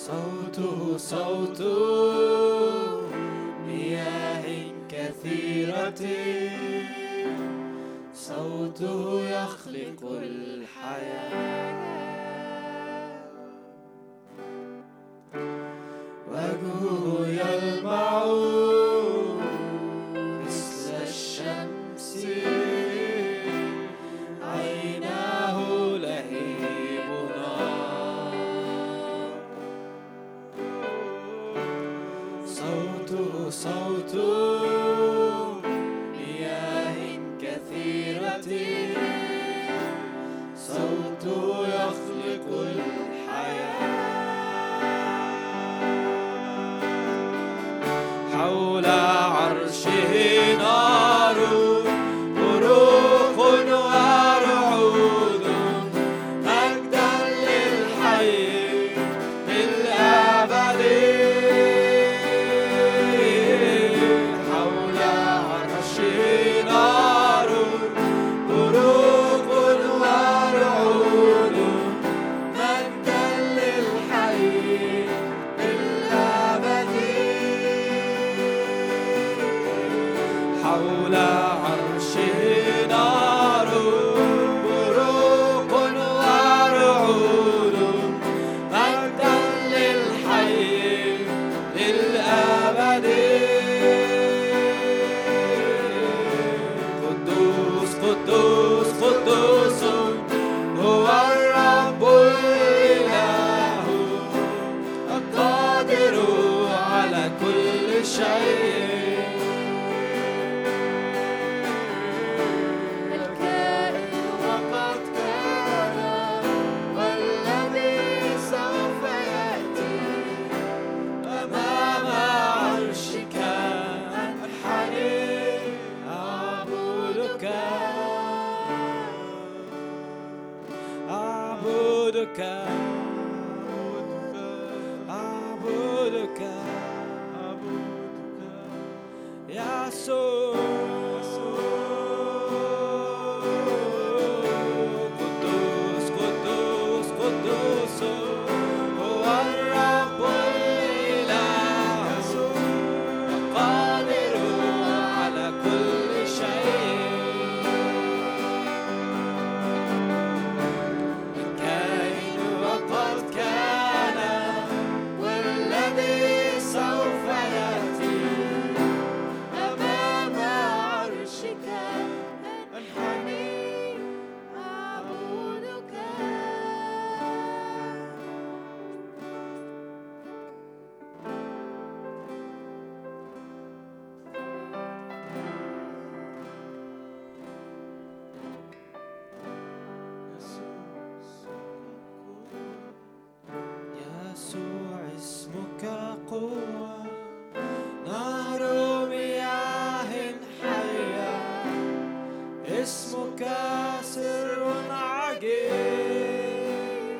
صوته صوت مياه كثيرة، صوته يخلق الحياة، وجهه يلمع مثل الشمس، عيناه لهيب نار، صوته صوت مياه كثيرة، صوته يخلق الحياة، حول عرشه نار، بروق ورعود، مجدا للحي للأبد، حول عرشه نار، بروق ورعود، مجدا للحي للأبد، حول عرشه نار، بروق ورعود، مجدا للحي للأبد، قدوس قدوس قدوس هو الرب الإله، القادر على كل شيء، الكائن وقد كان والذي سوف يأتي، أمام عرشك أنحني أعبدك، أعبدك أعبدك يسوع، قدوس قدوس قدوس هو الرب الإله، القادر على كل شيء، الكائن وقد كان والذي سوف يأتي، أمام عرشك أنحني أعبدك. يسوع اسمك قوة، نهر مياه حية، اسمك سر عجيب،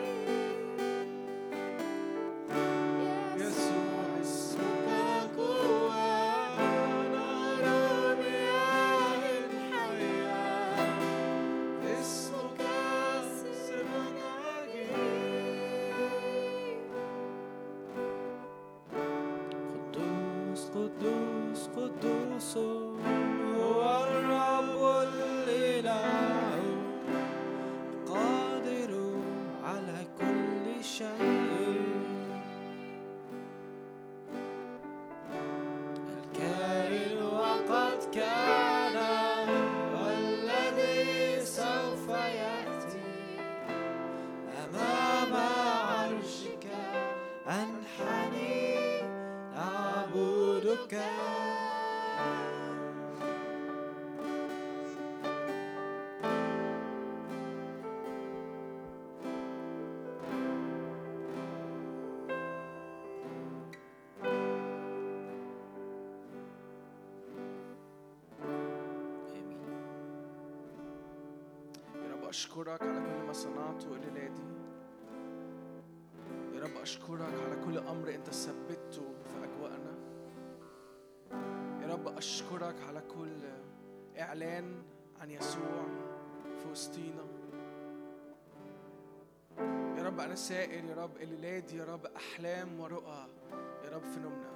يسوع اسمك قوة، نهر مياه حية، اسمك سر عجيب، قدوس قدوس قدوس هو الرب الإله، قادر على كل شيء، الكائن وقد كان والذي سوف يأتي، أمام عرشك أنحني أعبدك، يا رب أشكرك على كل ما صنعته الليلة دي. يا رب أشكرك على كل أمر أنت ثبته في أجواءنا. يا رب أشكرك على كل إعلان عن يسوع في وسطينا. يا رب أنا سائر يا رب الليلة دي يا رب أحلام ورؤى يا رب في نومنا،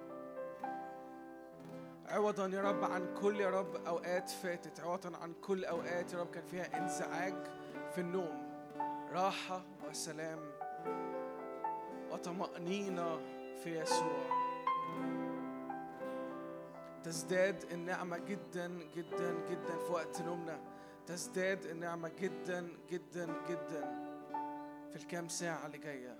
عوضا يا رب عن كل يا رب أوقات فاتت، عوضا عن كل أوقات يا رب كان فيها انزعاج في النوم، راحة وسلام وطمأنينة في يسوع. تزداد النعمة جدا جدا جدا في وقت نومنا، تزداد النعمة جدا جدا جدا في الكام ساعة اللي جاية.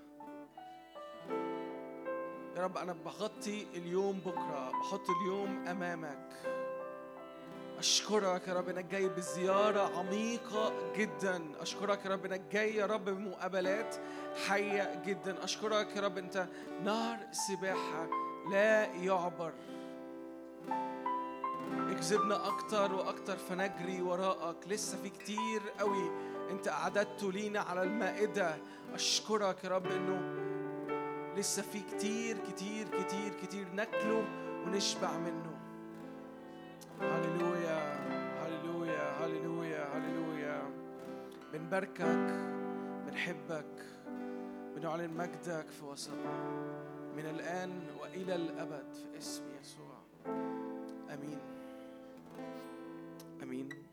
يا رب أنا بغطي اليوم بكرة، بحط اليوم أمامك. أشكرك يا رب إنك جاي بزيارة عميقة جدا، أشكرك يا رب إنك جاي يا رب بمقابلات حية جدا، أشكرك يا رب أنت نهر سباحة لا يعبر. اكذبنا أكتر وأكتر فنجري وراءك، لسه في كتير قوي أنت أعددته لينا على المائدة. أشكرك يا رب إنه لسه في كتير كتير كتير كتير ناكله ونشبع منه. هاليلويا هاليلويا هاليلويا هاليلويا. بنباركك، بنحبك، بنعلن مجدك في وسطنا من الآن وإلى الأبد في اسم يسوع. آمين آمين.